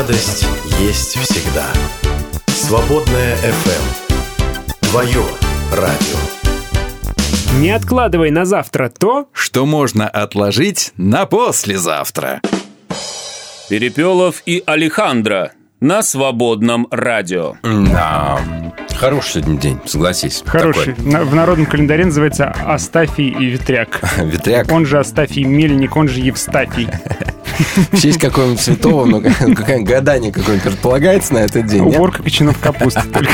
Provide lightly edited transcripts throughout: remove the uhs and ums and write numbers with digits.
Радость есть всегда. Свободная FM. Твое радио. Не откладывай на завтра то, что можно отложить на послезавтра. Перепелов и Алехандро на Свободном радио. Да. Хороший сегодня день, согласись. хороший. В народном календаре называется Астафий и Ветряк. Ветряк. Он же Астафий Мельник, он же Евстафий. В честь какого-нибудь святого, ну, какое-нибудь гадание какое-нибудь предполагается на этот день. Уборка кочанов капусты только.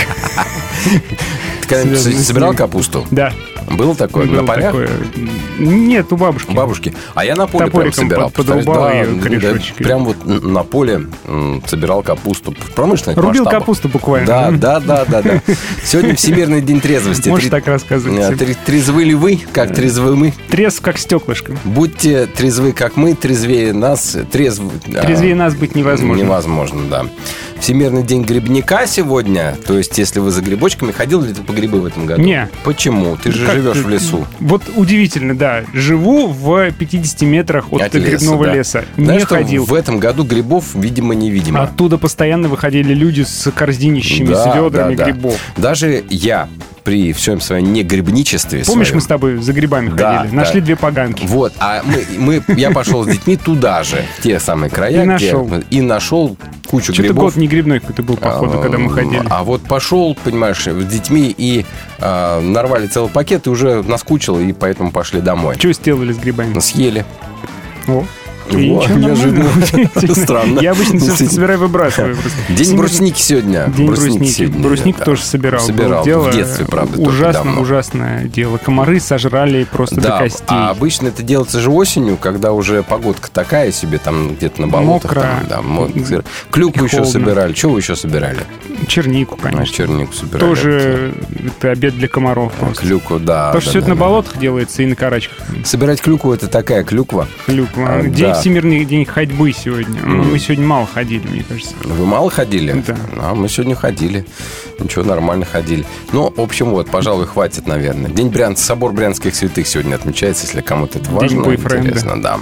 Ты когда-нибудь собирал капусту? Да. Было такое? На полях? Нет, у бабушки. У бабушки. А я на поле прям собирал. Подрубал ее корешочкой. Прям вот на поле собирал капусту. Промышленных Рубил масштабах. капусту буквально. Да. Сегодня Всемирный день трезвости. Можешь так рассказывать. Трезвы ли вы, как трезвы мы? Трезв, как стеклышко. Будьте трезвы, как мы, трезвее нас. Трезвее нас быть невозможно. Невозможно, да. Всемирный день грибника сегодня. То есть, если вы за грибочками, ходил ли ты по грибы в этом году? Не. Почему? Ты же живешь в лесу. Вот удивительно, да. Живу в 50 метрах от грибного леса. Знаешь, Не ходил. В этом году грибов, видимо-невидимо. Оттуда постоянно выходили люди с корзинищами, с ведрами грибов. Даже я при всем своем негрибничестве. Помнишь, мы с тобой за грибами ходили? Нашли 2 поганки. Вот, а я пошел с детьми туда же, в те самые края. И нашел кучу грибов. Что-то год не грибной какой-то был, походу, когда мы ходили. А вот пошел, понимаешь, с детьми и нарвали целый пакет, и уже наскучило, и поэтому пошли домой. Что сделали с грибами? Съели. О. Неожиданно. Странно. Я обычно все, что собираю, выбрасываю. День брусники сегодня. День брусники. Брусники тоже собирал. Собирал в детстве, правда. Ужасное дело. Комары сожрали просто до костей. А обычно это делается же осенью, когда уже погодка такая себе, там где-то на болотах. Мокро. Клюкву еще собирали. Что вы еще собирали? Чернику, конечно. Чернику собирали. Тоже это обед для комаров. Клюкву, да. Потому что все это на болотах делается и на карачках. Собирать клюкву — это такая клюква. День Всемирный день ходьбы сегодня. Мы сегодня мало ходили, мне кажется. Вы мало ходили? Да. А мы сегодня ходили. Ничего, нормально ходили. Ну, в общем, вот, пожалуй, хватит, наверное. День собор Брянских святых сегодня отмечается, если кому-то это важно. День бойфренда. Интересно, да.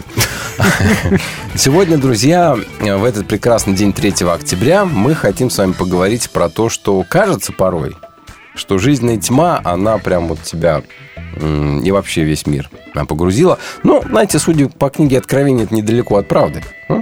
Сегодня, друзья, в этот прекрасный день 3 октября мы хотим с вами поговорить про то, что кажется порой, что жизненная тьма, она прям вот тебя и вообще весь мир погрузила. Но, знаете, судя по книге Откровения, это недалеко от правды.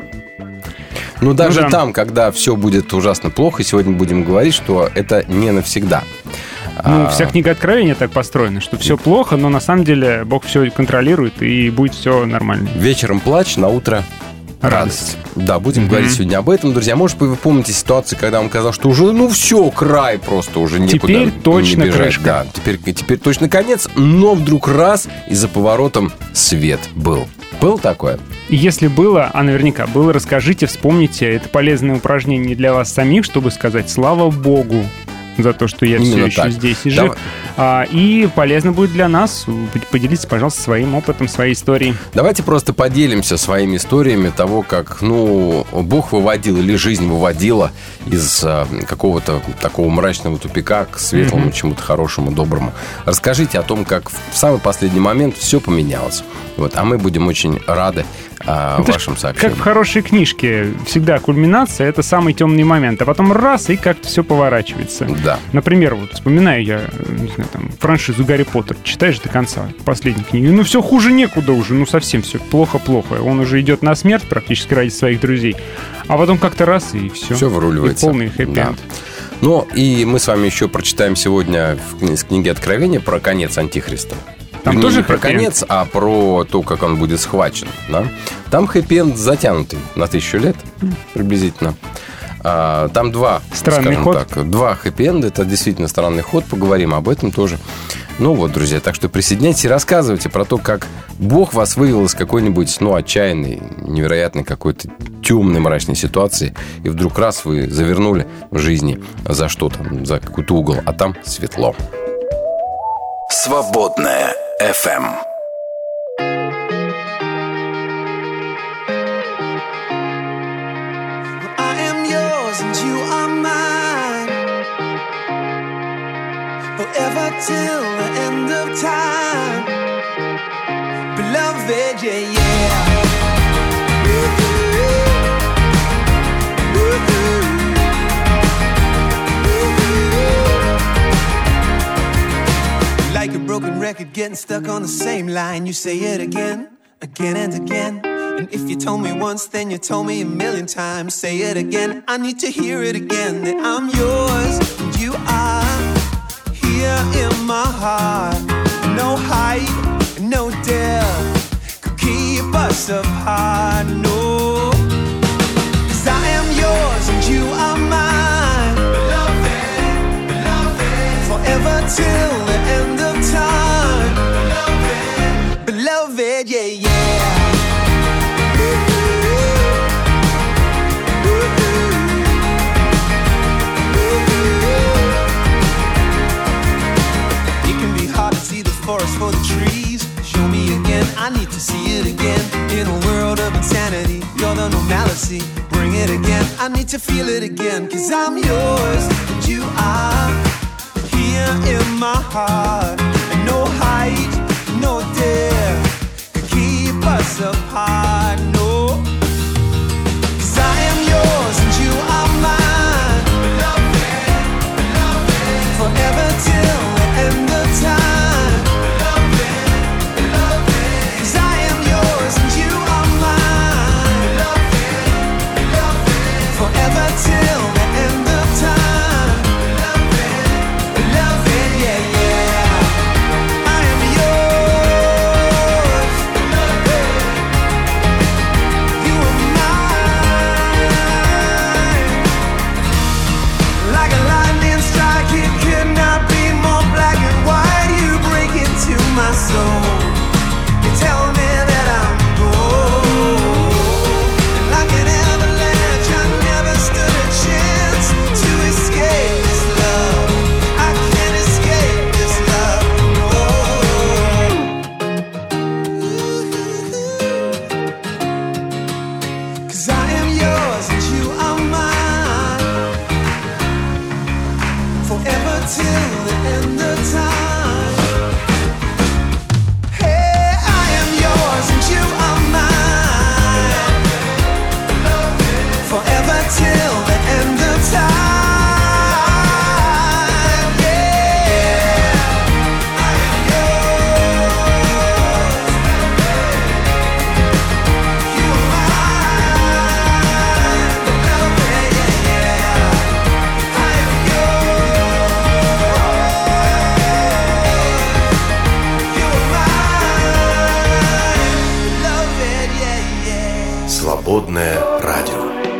Но даже там, когда все будет ужасно плохо, сегодня будем говорить, что это не навсегда. Вся книга Откровения так построена, что все плохо, но на самом деле Бог все контролирует, и будет все нормально. Вечером плач, на утро радость. Да, будем говорить сегодня об этом, друзья. Может быть, вы помните ситуацию, когда вам казалось, что уже, все, край просто, уже некуда теперь точно не бежать. Крышка. Да, теперь точно конец, но вдруг раз, и за поворотом свет был. Было такое? Если было, а наверняка было, расскажите, вспомните. Это полезное упражнение для вас самих, чтобы сказать «Слава Богу» за то, что я все еще здесь и жив. И полезно будет для нас. Поделитесь, пожалуйста, своим опытом, своей историей. Давайте просто поделимся своими историями того, как, Бог выводил или жизнь выводила из какого-то такого мрачного тупика к светлому, чему-то хорошему, доброму. Расскажите о том, как в самый последний момент все поменялось. А мы будем очень рады вашим сообщениям. Как в хорошей книжке. Всегда кульминация — это самый темный момент. А потом раз, и как-то все поворачивается. Да. Например, вспоминаю я, не знаю, франшизу «Гарри Поттер». Читаешь до конца последней книги. Все хуже некуда уже. Совсем все плохо-плохо. Он уже идет на смерть практически ради своих друзей. А потом как-то раз, и все. Все выруливается. И полный хэппи-энд. Да. И мы с вами еще прочитаем сегодня из книги Откровения про конец Антихриста. Там тоже не про конец, а про то, как он будет схвачен. Да? Там хэппи-энд затянутый на 1000 лет приблизительно. Там два хэппи-энда. Это действительно странный ход. Поговорим об этом тоже. Друзья, так что присоединяйтесь и рассказывайте про то, как Бог вас вывел из какой-нибудь, отчаянной, невероятной какой-то темной, мрачной ситуации, и вдруг раз вы завернули в жизни за что-то, за какой-то угол, а там светло. Свободная FM. Forever till the end of time, beloved, yeah, yeah. Ooh, ooh, ooh. getting stuck on the same line. You say it again, again and again. And if you told me once, then you told me a million times. Say it again, I need to hear it again. That I'm yours and you are here in my heart. No height, no depth could keep us apart, no. 'Cause I am yours and you are mine. Beloved, beloved, forever till the end of time. Beloved, beloved, yeah, yeah. Forest for the trees, show me again, I need to see it again. In a world of insanity, you're the normalcy. Bring it again, I need to feel it again. 'Cause I'm yours and you are here in my heart. And no height, no depth could keep us apart, no. 'Cause I am yours and you are mine. Beloved, beloved, forever till the end of time. Till the end of time. Beloved, beloved, yeah, yeah. I am yours. Beloved, you are mine. Like a lightning strike, it could not be more black and white. You break into my soul. You tell me that I'm gold. Like an avalanche, I never stood a chance to escape this love. I can't escape this love, no. 'Cause I am yours and you are mine. Forever till the end of time. Hey, I am yours and you are mine. Forever till the end of time, yeah. I am yours. You are mine. Beloved, yeah, yeah. I am yours. You are mine. Beloved, yeah, yeah. Свободное радио.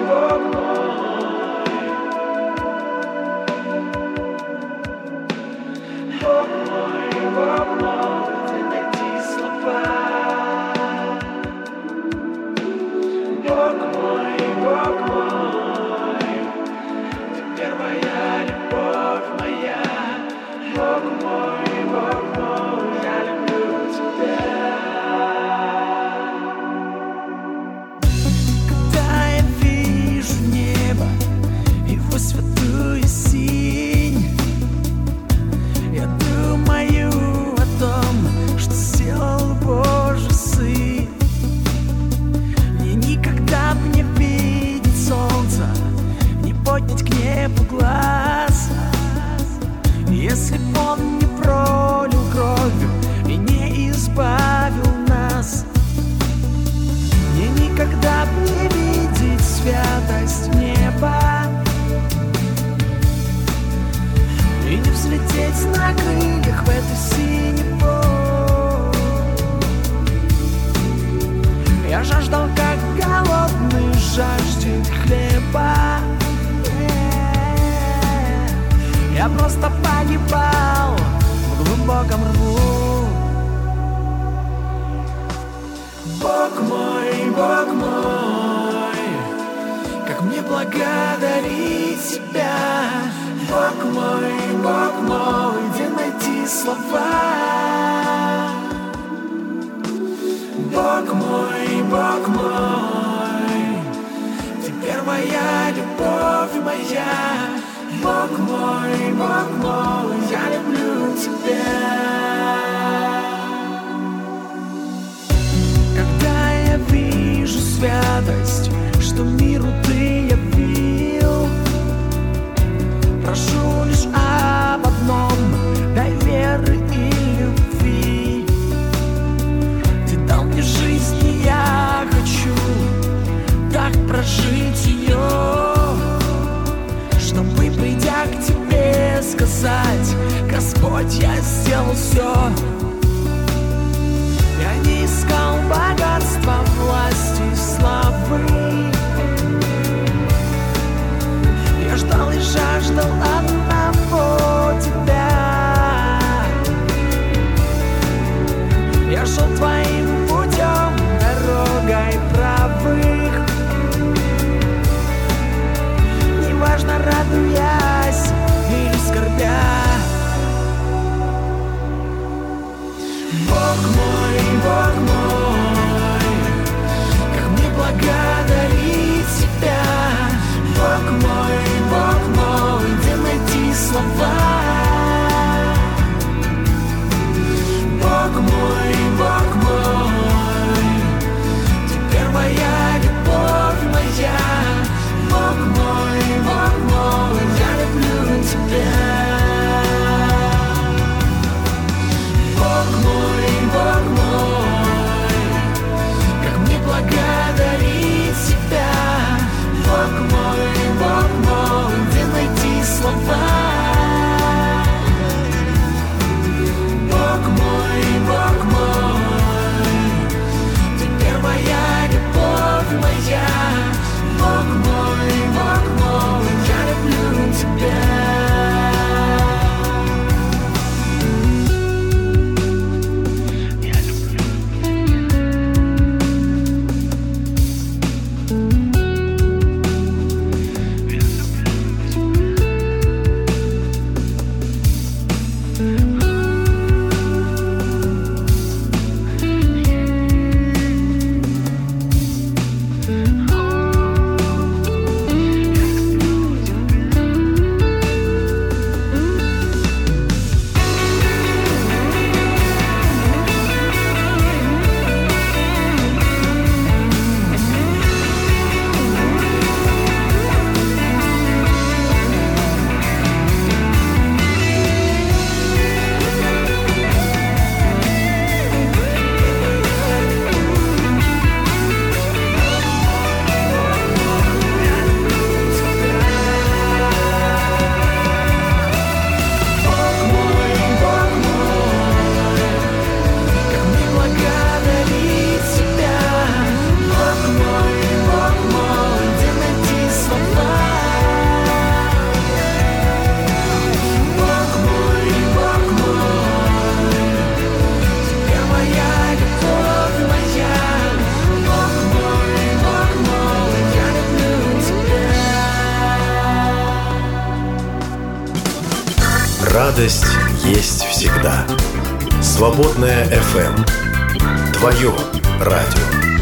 Когда я вижу небо, его святую синь, я думаю о том, что сделал Божий Сын. Мне никогда бы не видеть солнца, не поднять к небу глаз, если б Он не пролил кровью и не избавил нас. Мне никогда бы не видеть святость неба и не взлететь на крыльях в это синебо. Я жаждал, как голодный жаждет хлеба. Я просто погибал в глубоком рву. Бог мой, как мне благодарить Тебя. Бог мой, где найти слова? Бог мой, Ты первая любовь моя. Бог мой, я люблю Тебя. Когда я вижу святость, что миру Ты явил, прошу лишь об одном, дай веры и любви. прожить ее, чтобы, придя к тебе, сказать: Господь, я сделал все. Я не искал богатства, власти, славы. Я ждал и жаждал одного тебя. Я шел твоим путем, дорогой правых. Неважно, радуясь или скорбя. Бог мой, как мне благодарить тебя. Бог мой, где найти слова? Бог мой, ты первая любовь моя. Бог мой, я люблю тебя. Бог мой, как мне благодарить тебя. Бог мой, где найти слова? Бог мой, ты первая любовь моя. Бог мой, я люблю тебя. Радость есть всегда. Свободная FM. Твое радио.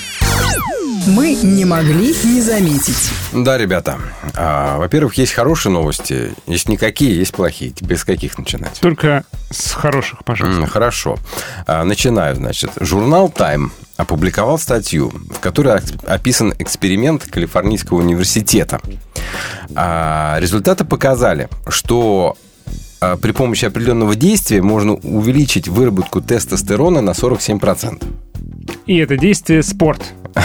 Мы не могли не заметить. Да, ребята. Во-первых, есть хорошие новости. Есть никакие, есть плохие. Тебе с каких начинать? Только с хороших, пожалуйста. Хорошо. Начинаю, значит. Журнал Time опубликовал статью, в которой описан эксперимент Калифорнийского университета. Результаты показали, что при помощи определенного действия можно увеличить выработку тестостерона на 47%. И это действие спорт.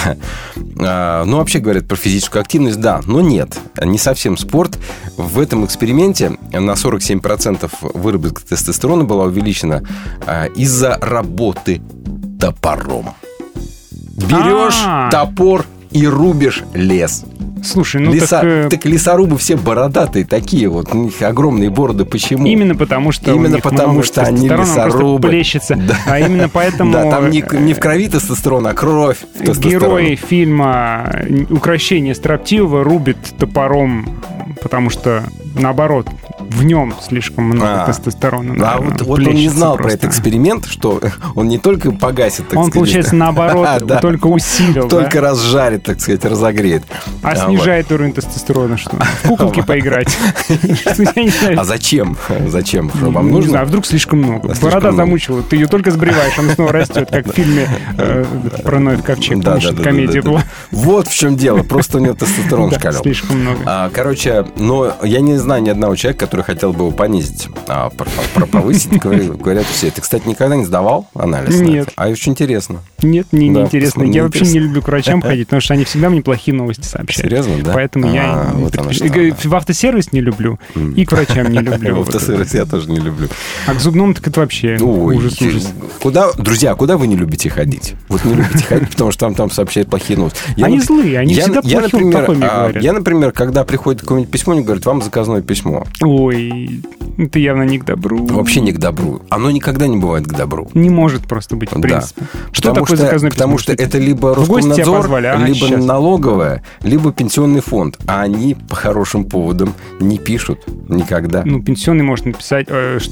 Ну, вообще говорят про физическую активность, да, но нет, не совсем спорт. В этом эксперименте на 47% выработка тестостерона была увеличена из-за работы топором. Берешь топор и рубишь лес. Слушай, ну так лесорубы все бородатые такие вот, у них огромные бороды. Почему? Именно потому, что они лесорубы. Плещется. Да. А именно поэтому... Да, там не в крови тестостерон, а кровь тестостерона. Герой фильма «Укрощение строптивого» рубит топором, потому что, наоборот, в нем слишком много тестостерона. Вот он не знал про этот эксперимент, что он не только погасит, так он, сказать... получается, наоборот, только усилил. Только разжарит, так сказать, разогреет. Снижает уровень тестостерона, что? В куколки поиграть. А зачем? Зачем? Вам нужно? Не знаю, вдруг слишком много. Борода замучила, ты ее только сбриваешь, она снова растет, как в фильме про Ноев ковчег. Комедия была. Вот в чем дело, просто у него тестостерон шкалил. Слишком много. Короче, но я не знаю ни одного человека, который который хотел бы его понизить, а повысить, говорят все. Ты, кстати, никогда не сдавал анализ? Нет. А очень интересно. Нет, мне не интересно. Я вообще не люблю к врачам ходить, потому что они всегда мне плохие новости сообщают. Серьезно, да? Поэтому я в автосервис не люблю и к врачам не люблю. В автосервис я тоже не люблю. А к зубному так это вообще ужас. Друзья, куда вы не любите ходить? Вот не любите ходить, потому что там сообщают плохие новости. Они злые, они всегда плохие говорят. Я, например, когда приходит какое-нибудь письмо, они говорят, вам заказное письмо. Ой, это явно не к добру. Вообще не к добру. Оно никогда не бывает к добру. Не может просто быть, в принципе. Что такое заказное письмо? Потому что это либо Роскомнадзор, либо налоговая, либо пенсионный фонд. А они по хорошим поводам не пишут никогда. Ну, пенсионный может написать,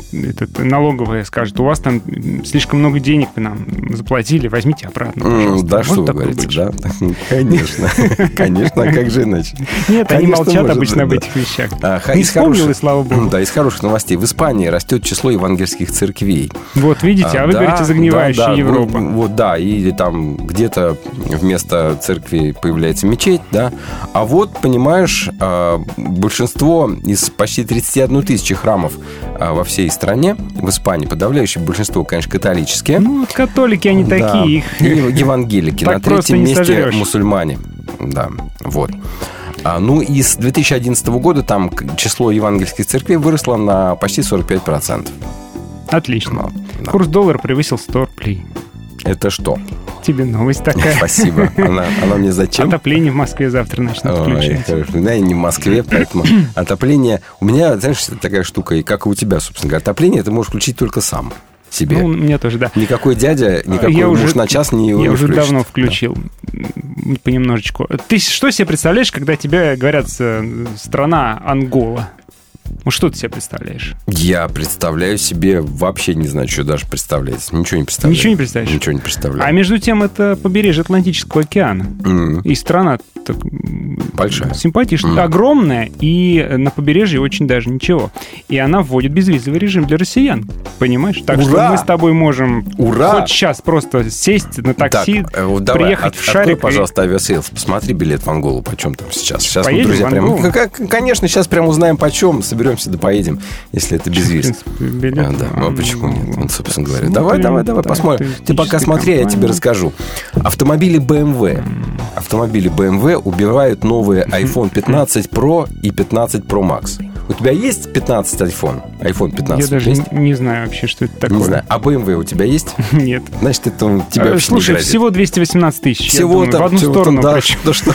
налоговая скажет, у вас там слишком много денег вы нам заплатили, возьмите обратно, пожалуйста. Да, что вы говорите, да? Конечно. Конечно, а как же иначе? Нет, они молчат обычно об этих вещах. Не вспомнил, и слава богу. Да, из хороших новостей. В Испании растет число евангельских церквей. Вот, видите, а вы говорите, загнивающая Европа. Вот, да, и там где-то вместо церкви появляется мечеть, да. А вот, понимаешь, большинство из почти 31 тысячи храмов во всей стране, в Испании, подавляющее большинство, конечно, католические. Ну, католики, они такие. И евангелики. На третьем месте мусульмане. Да, вот. Ну и с 2011 года там число евангельских церквей выросло на почти 45%. Отлично. Да. Курс доллара превысил 100 рублей. Это что? Тебе новость такая. Спасибо. Она мне зачем? Отопление в Москве завтра начнут включать. Хорошо. Да, я не в Москве, поэтому отопление... У меня, знаешь, такая штука, и как и у тебя, собственно говоря, отопление ты можешь включить только сам себе. Ну, мне тоже, да. Никакой дядя, никакой муж на час не Я уже включит. давно включил. Да. Понемножечку. Ты что себе представляешь, когда тебе говорят страна Ангола? Ну, что ты себе представляешь? Я представляю себе, вообще не знаю, что даже представлять. Ничего не представляю. Ничего не представляешь? Ничего не представляю. А между тем, это побережье Атлантического океана. И страна так большая, симпатичная, огромная, и на побережье очень даже ничего. И она вводит безвизовый режим для россиян. Понимаешь? Так что мы с тобой можем хоть сейчас просто сесть на такси, приехать в Шарик. Открой, пожалуйста, авиасейлс. Посмотри билет в Анголу, почем там сейчас. Сейчас мы, друзья, прям... Конечно, сейчас прям узнаем, почем. Соберемся, да поедем, если это без виз. Да, а почему нет? Он, собственно говоря. Давай, посмотрим. Ты пока смотри, я тебе расскажу. Автомобили BMW убивают новые iPhone 15 Pro и 15 Pro Max. У тебя есть 15 iPhone 15? Я даже не знаю вообще, что это такое. Не знаю. А BMW у тебя есть? Нет. Значит, это тебя вообще Слушай, всего 218 тысяч. Всего в одну сторону. Да, что?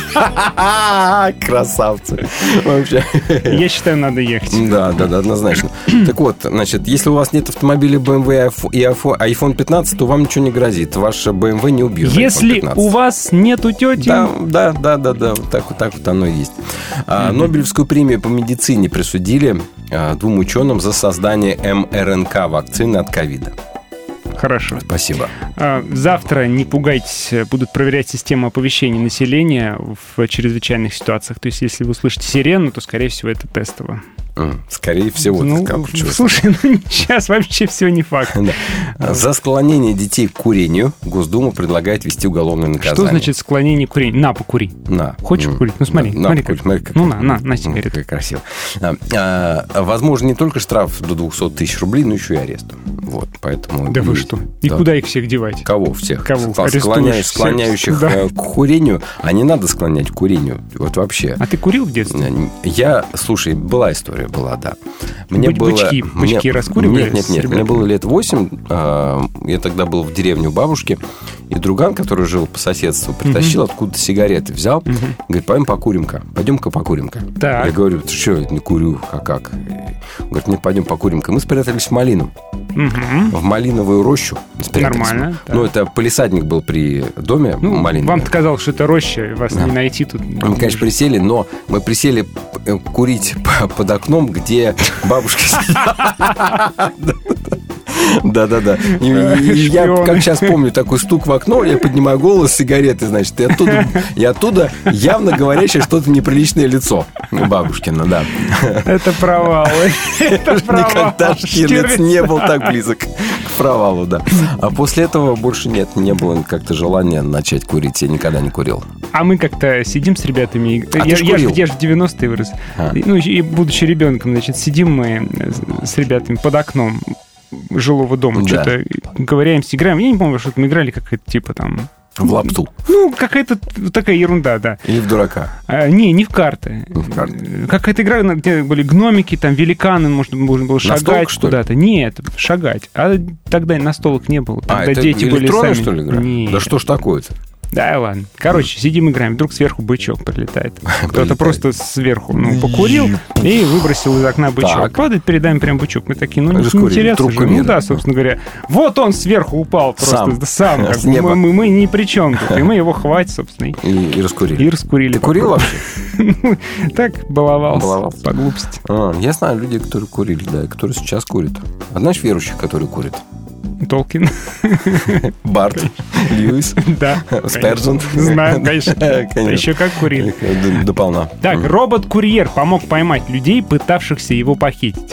Красавцы. Вообще. Я считаю, надо ехать. Да, однозначно. Так вот, значит, если у вас нет автомобиля BMW и iPhone 15, то вам ничего не грозит. Ваше BMW не убьет. Если у вас нету тети... Да. Вот так вот оно и есть. Нобелевскую премию по медицине присудили 2 ученым за создание МРНК вакцины от ковида. Хорошо. Спасибо. Завтра, не пугайтесь, будут проверять систему оповещения населения в чрезвычайных ситуациях. То есть, если вы услышите сирену, то, скорее всего, это тестово. Скорее всего. Слушай, сейчас вообще все не факт. Да. За склонение детей к курению Госдума предлагает ввести уголовное наказание. Что значит склонение к курению? На, покури. Хочешь покурить? Ну, смотри. Смотри, как. Ну, на сигарету. Как красиво. Возможно, не только штраф до 200 тысяч рублей, но еще и арест. Вот, поэтому... Да вы что? И куда их всех девать? Кого всех? Кого? Склоняющих к курению. А не надо склонять к курению. Вот вообще. А ты курил в детстве? Слушай, была история. Да. Бычки раскуривали? Нет. Мне было лет 8. Я тогда был в деревне у бабушки. И друган, который жил по соседству, притащил откуда-то сигареты. Взял. Говорит, пойдем-ка покурим-ка. Так. Я говорю, ты что, не курю, а как? Он говорит, нет, пойдем покурим-ка. Мы спрятались в малину. В малиновую рощу. Нормально. Ну, это палисадник был при доме малиновый. Вам-то казалось, что это роща, вас не найти тут. Мы, конечно, присели, но мы присели курить под окном, где бабушка сидела. Да. И я, как сейчас помню, такой стук в окно, я поднимаю голову с сигареты, значит, и оттуда явно говорящее что-то неприличное лицо бабушкина, да. Это провал. Никогда Штирлиц не был так близок к провалу, да. А после этого больше не было как-то желания начать курить. Я никогда не курил. А мы как-то сидим с ребятами. Я же в 90-е вырос. Ну, и будучи ребенком, значит, сидим мы с ребятами под окном жилого дома. Да. Что-то ковыряемся, играем. Я не помню, что мы играли, как-то типа там... В лапту. Ну, какая-то такая ерунда, да. Или в дурака. Не в карты. Какая-то игра, где были гномики, там великаны, можно было шагать куда-то. Нет, шагать. А тогда настолок не было. Тогда это дети были сами. Что ли, игра? Нет. Да что ж такое-то? Да, ладно. Короче, сидим, играем. Вдруг сверху бычок прилетает. Кто-то просто сверху покурил и выбросил из окна бычок. Падает перед нами прям бычок. Мы такие, не теряться же. Ну да, собственно говоря. Вот он сверху упал просто сам. Мы ни при чем тут. И мы его хватит, собственно. И раскурили. Ты курил вообще? Так, баловался. По глупости. Я знаю людей, которые курили, да, и которые сейчас курят. А знаешь верующих, которые курят? Толкин. Барт. Льюис. Да. Сперджон. Знаю, конечно. Еще как курили. Дополна. Так, робот-курьер помог поймать людей, пытавшихся его похитить.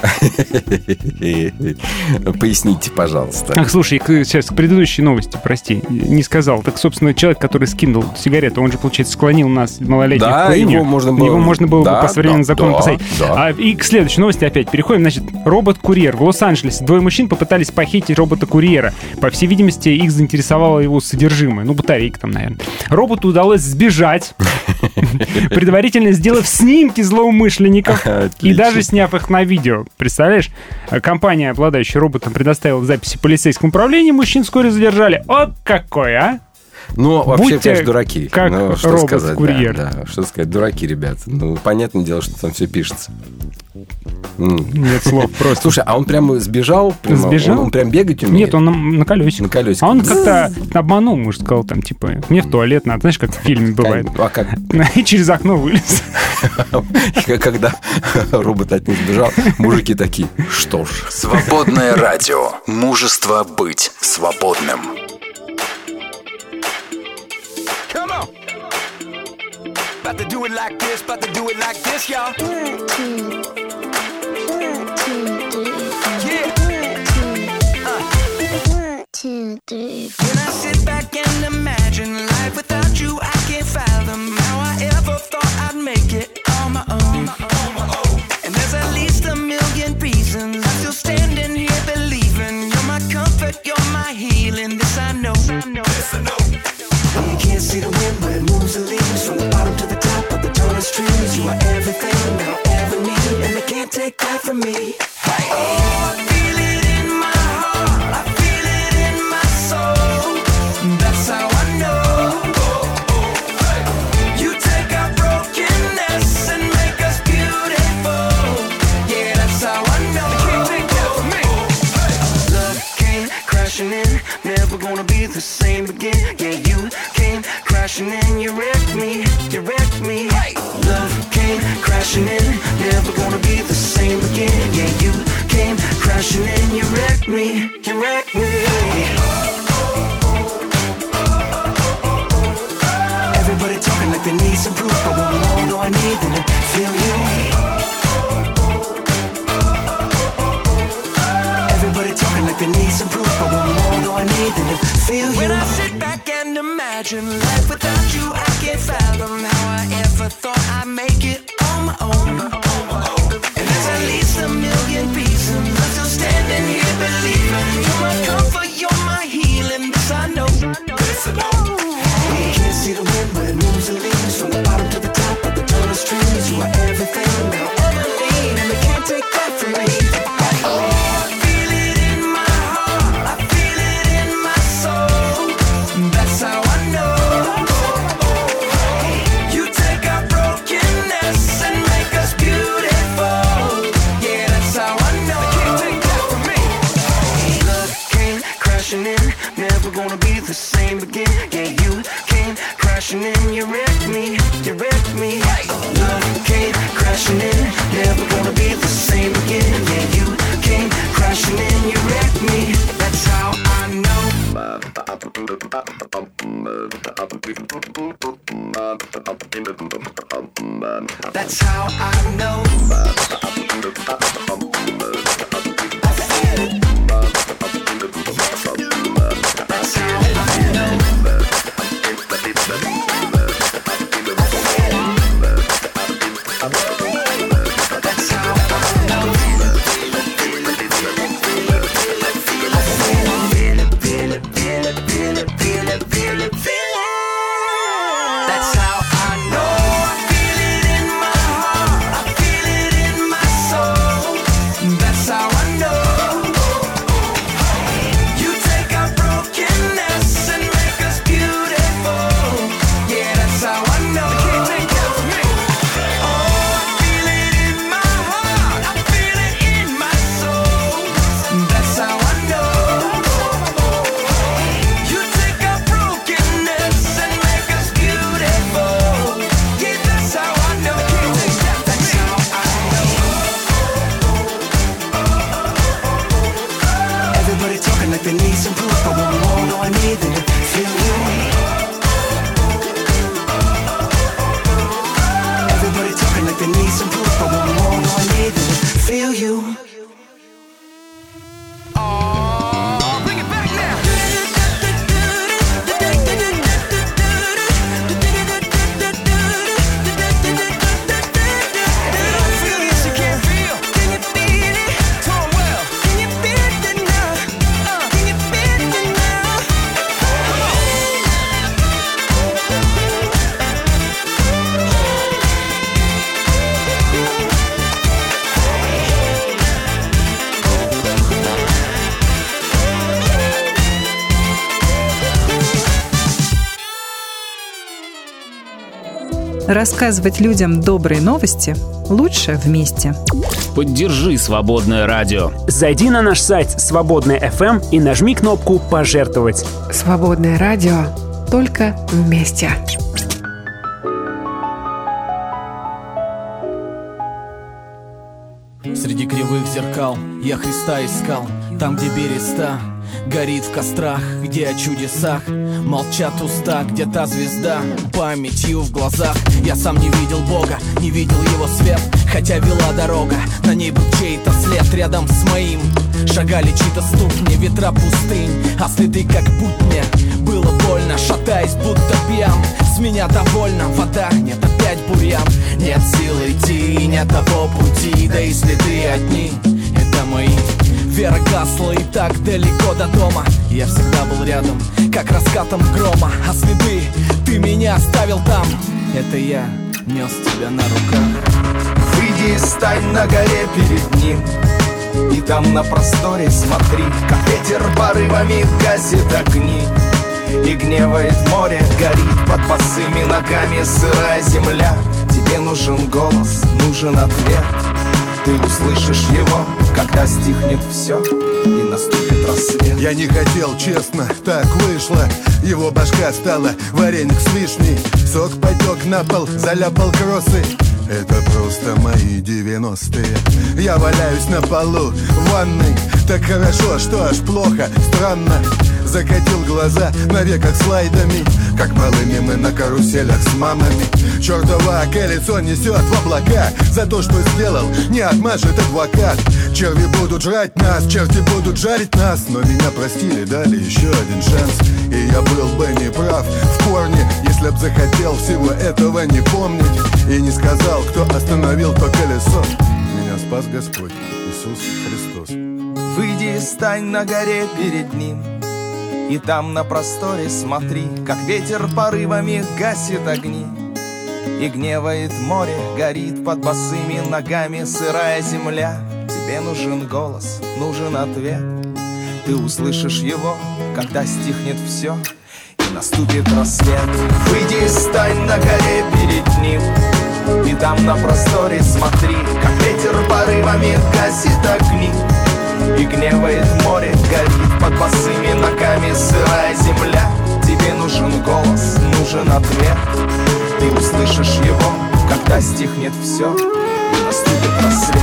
Поясните, пожалуйста. Ах, слушай, сейчас к предыдущей новости, прости, не сказал. Так, собственно, человек, который скинул сигарету, он же, получается, склонил нас, малолетних, к курению. Его можно было бы по современному закону посадить. И к следующей новости опять переходим. Значит, робот-курьер. В Лос-Анджелесе двое мужчин попытались похитить робота-курьера. По всей видимости, их заинтересовало его содержимое. Ну, батарейка там, наверное. Роботу удалось сбежать, предварительно сделав снимки злоумышленников и даже сняв их на видео. Представляешь? Компания, обладающая роботом, предоставила записи полицейскому управлению. Мужчин вскоре задержали. О, какой, а! Ну, вообще, конечно, дураки. Как робот-курьер. Да, что сказать, дураки, ребята. Ну, понятное дело, что там все пишется. Нет слов просто. Слушай, а он прямо сбежал? Он прям бегать умеет? Нет, он на колесиках. А он как-то обманул, может, сказал, там, типа, мне в туалет надо. Знаешь, как в фильме бывает. А как? И через окно вылез. Когда робот от них сбежал, мужики такие, что ж. Свободное радио. Мужество быть свободным. About to do it like this, y'all. 1, 2, 3. Yeah. 1, 2, 3. When I sit back and imagine life without you, I can't fathom how I ever thought I'd make it on my own. And there's at least a million reasons I'm still standing here believing you're my comfort, you're my healing. This I know. This I know. You can't see the wind, but it moves the leaves from the bottom to the top of the tallest trees. You are everything that I'll ever need, and they can't take that from me. Hey. Oh, I feel it in my heart, I feel it in my soul. That's how I know. Hey. You take our brokenness and make us beautiful. Yeah, that's how I know. They can't take that from me. Hey. Love came crashing in, never gonna be the same again. Yeah, you came crashing in, you wrecked me. Hey. Love came crashing in, never gonna be the same again. Yeah, you came crashing in, you wrecked me. Everybody talking like they need some proof, but what more do I need than to feel you? Everybody talking like they need some proof, but what more do I need than to feel you? When I sit back and imagine life without you, I can't fathom how I ever thought I'd make it on my own. And there's at least a million reasons I'm still standing here believing you're my comfort, you're my healing. This I know. This I know. You can't see the wind, but it moves the leaves from the bottom to the top of the tallest trees. You are everything that I'll ever need, and they can't take that from me. Gonna be the same again. Yeah, you came crashing in, you wrecked me. Love came crashing in, never gonna be the same again. Yeah, you came crashing in, you wrecked me. That's how I know. That's how I know. I feel it. Рассказывать людям добрые новости лучше вместе. Поддержи «Свободное радио». Зайди на наш сайт «Свободная FM» и нажми кнопку «Пожертвовать». «Свободное радио» только вместе. Среди кривых зеркал я Христа искал, там, где береста горит в кострах, где о чудесах молчат уста, где та звезда памятью в глазах. Я сам не видел Бога, не видел его свет, хотя вела дорога, на ней был чей-то след. Рядом с моим шагали чьи-то ступни, ветра пустынь, а следы как будто было больно, шатаясь, будто пьян. С меня довольно вода, нет опять бурьян. Нет сил идти, нет того пути, да и следы одни, это мои. Вера гасла и так далеко до дома. Я всегда был рядом, как раскатом грома. А следы ты меня оставил там. Это я нес тебя на руках. Выйди и стань на горе перед ним, и там на просторе смотри, как ветер порывами гасит огни, и гневает море, горит под босыми ногами сырая земля. Тебе нужен голос, нужен ответ. Ты услышишь его, когда стихнет все и наступит рассвет. Я не хотел, честно, так вышло. Его башка стала вареник с вишней. Сок потек на пол, заляпал кроссы. Это просто мои 90-е. Я валяюсь на полу в ванной. Так хорошо, что аж плохо, странно. Закатил глаза на веках слайдами, как малыми мы на каруселях с мамами. Чертова лицо несет в облака. За то, что сделал, не отмажет адвокат. Черви будут жрать нас, черти будут жарить нас. Но меня простили, дали еще один шанс. И я был бы неправ в корне, если б захотел всего этого не помнить и не сказал, кто остановил то колесо. Меня спас Господь Иисус Христос. Выйди и стань на горе перед Ним, и там на просторе смотри, как ветер порывами гасит огни, и гневает море, горит под босыми ногами сырая земля. Тебе нужен голос, нужен ответ. Ты услышишь его, когда стихнет все и наступит рассвет. Выйди и стань на горе перед Ним, и там на просторе смотри, как ветер порывами гасит огни, и гневает море, горит под босыми ногами сырая земля. Тебе нужен голос, нужен ответ. Ты услышишь его, когда стихнет все и наступит рассвет.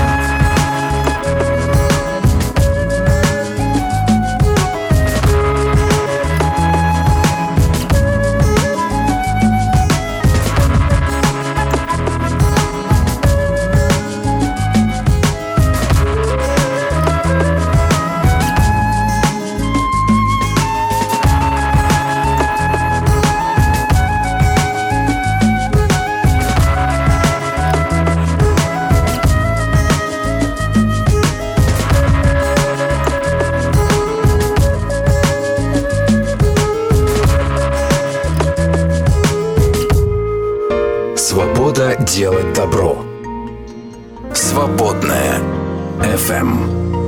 Свобода делать добро. Свободная FM.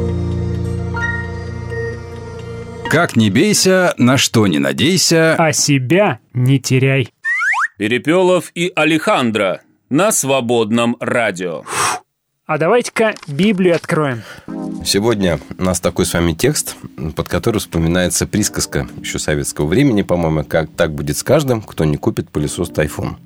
Как не бейся, на что не надейся, а себя не теряй. Перепелов и Алехандро на Свободном радио. А давайте-ка Библию откроем. Сегодня у нас такой с вами текст, под который вспоминается присказка еще советского времени, по-моему, как так будет с каждым, кто не купит пылесос Тайфун.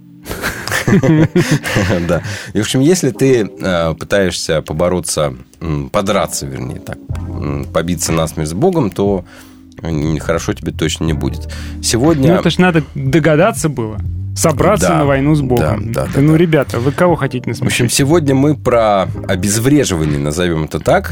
Да. И, в общем, если ты пытаешься побороться, подраться, вернее, так, побиться насмерть с Богом, то хорошо тебе точно не будет. Сегодня... Ну, это ж надо догадаться было. Собраться на войну с Богом. Ребята, вы кого хотите насмешить? В общем, сегодня мы про обезвреживание, назовем это так,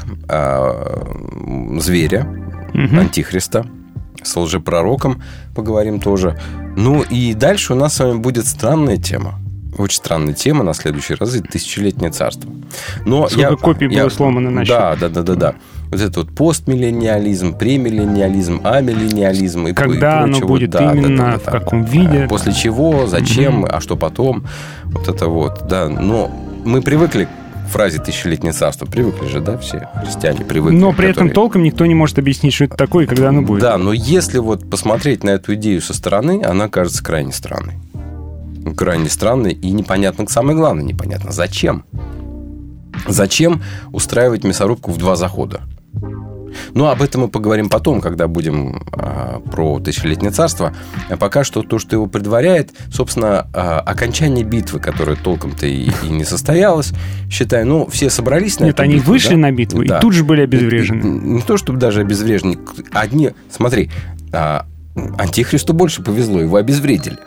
зверя, антихриста, с лжепророком поговорим тоже. Ну, и дальше у нас с вами будет странная тема. Очень странная тема на следующий раз. Это тысячелетнее царство. Но сколько копий было сломано на счет. Да. Вот это вот постмиллениализм, премиллениализм, амиллениализм и когда прочее. Оно будет именно, в каком виде. После чего, зачем, а что потом. Вот это вот, да. Но мы привыкли к фразе «тысячелетнее царство». Привыкли же, да, все христиане привыкли. Но при этом толком никто не может объяснить, что это такое и когда оно будет. Да, но если вот посмотреть на эту идею со стороны, она кажется крайне странной. Крайне странно и непонятно, самое главное, непонятно, зачем. Зачем устраивать мясорубку в 2 захода? Ну, об этом мы поговорим потом, когда будем про Тысячелетнее царство. А пока что то, что его предваряет, собственно, окончание битвы, которая толком-то и не состоялась. Считаю, ну, все собрались на эту битву. Нет, они вышли на битву и тут же были обезврежены. Не то, чтобы даже обезврежены. Одни, смотри, Антихристу больше повезло, его обезвредили.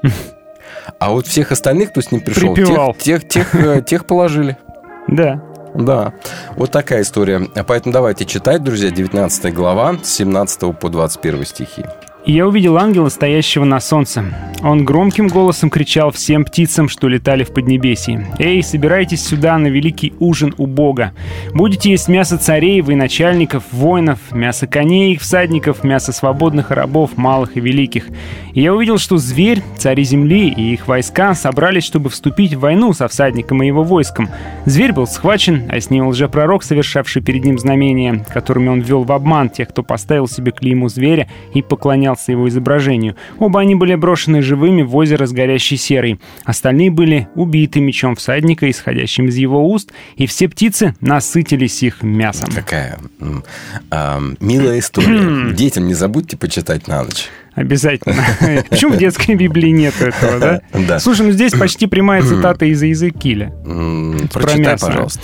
А вот всех остальных, кто с ним пришел, тех положили. Да. Да, вот такая история. Поэтому давайте читать, друзья, 19 глава, с 17 по 21 стихи. «И я увидел ангела, стоящего на солнце. Он громким голосом кричал всем птицам, что летали в Поднебесье: «Эй, собирайтесь сюда на великий ужин у Бога. Будете есть мясо царей, военачальников, воинов, мясо коней, их всадников, мясо свободных рабов, малых и великих». И я увидел, что зверь, цари земли и их войска собрались, чтобы вступить в войну со всадником и его войском. Зверь был схвачен, а с ним лжепророк, совершавший перед ним знамения, которыми он ввел в обман тех, кто поставил себе клейму зверя и поклонялся его изображению. Оба они были брошены живыми в озеро с горящей серой. Остальные были убиты мечом всадника, исходящим из его уст, и все птицы насытились их мясом. Какая милая история. Детям не забудьте почитать на ночь. Обязательно. Почему в детской Библии нет этого, да? Да. Слушай, ну здесь почти прямая цитата из Иезекииля. Прочитай, пожалуйста.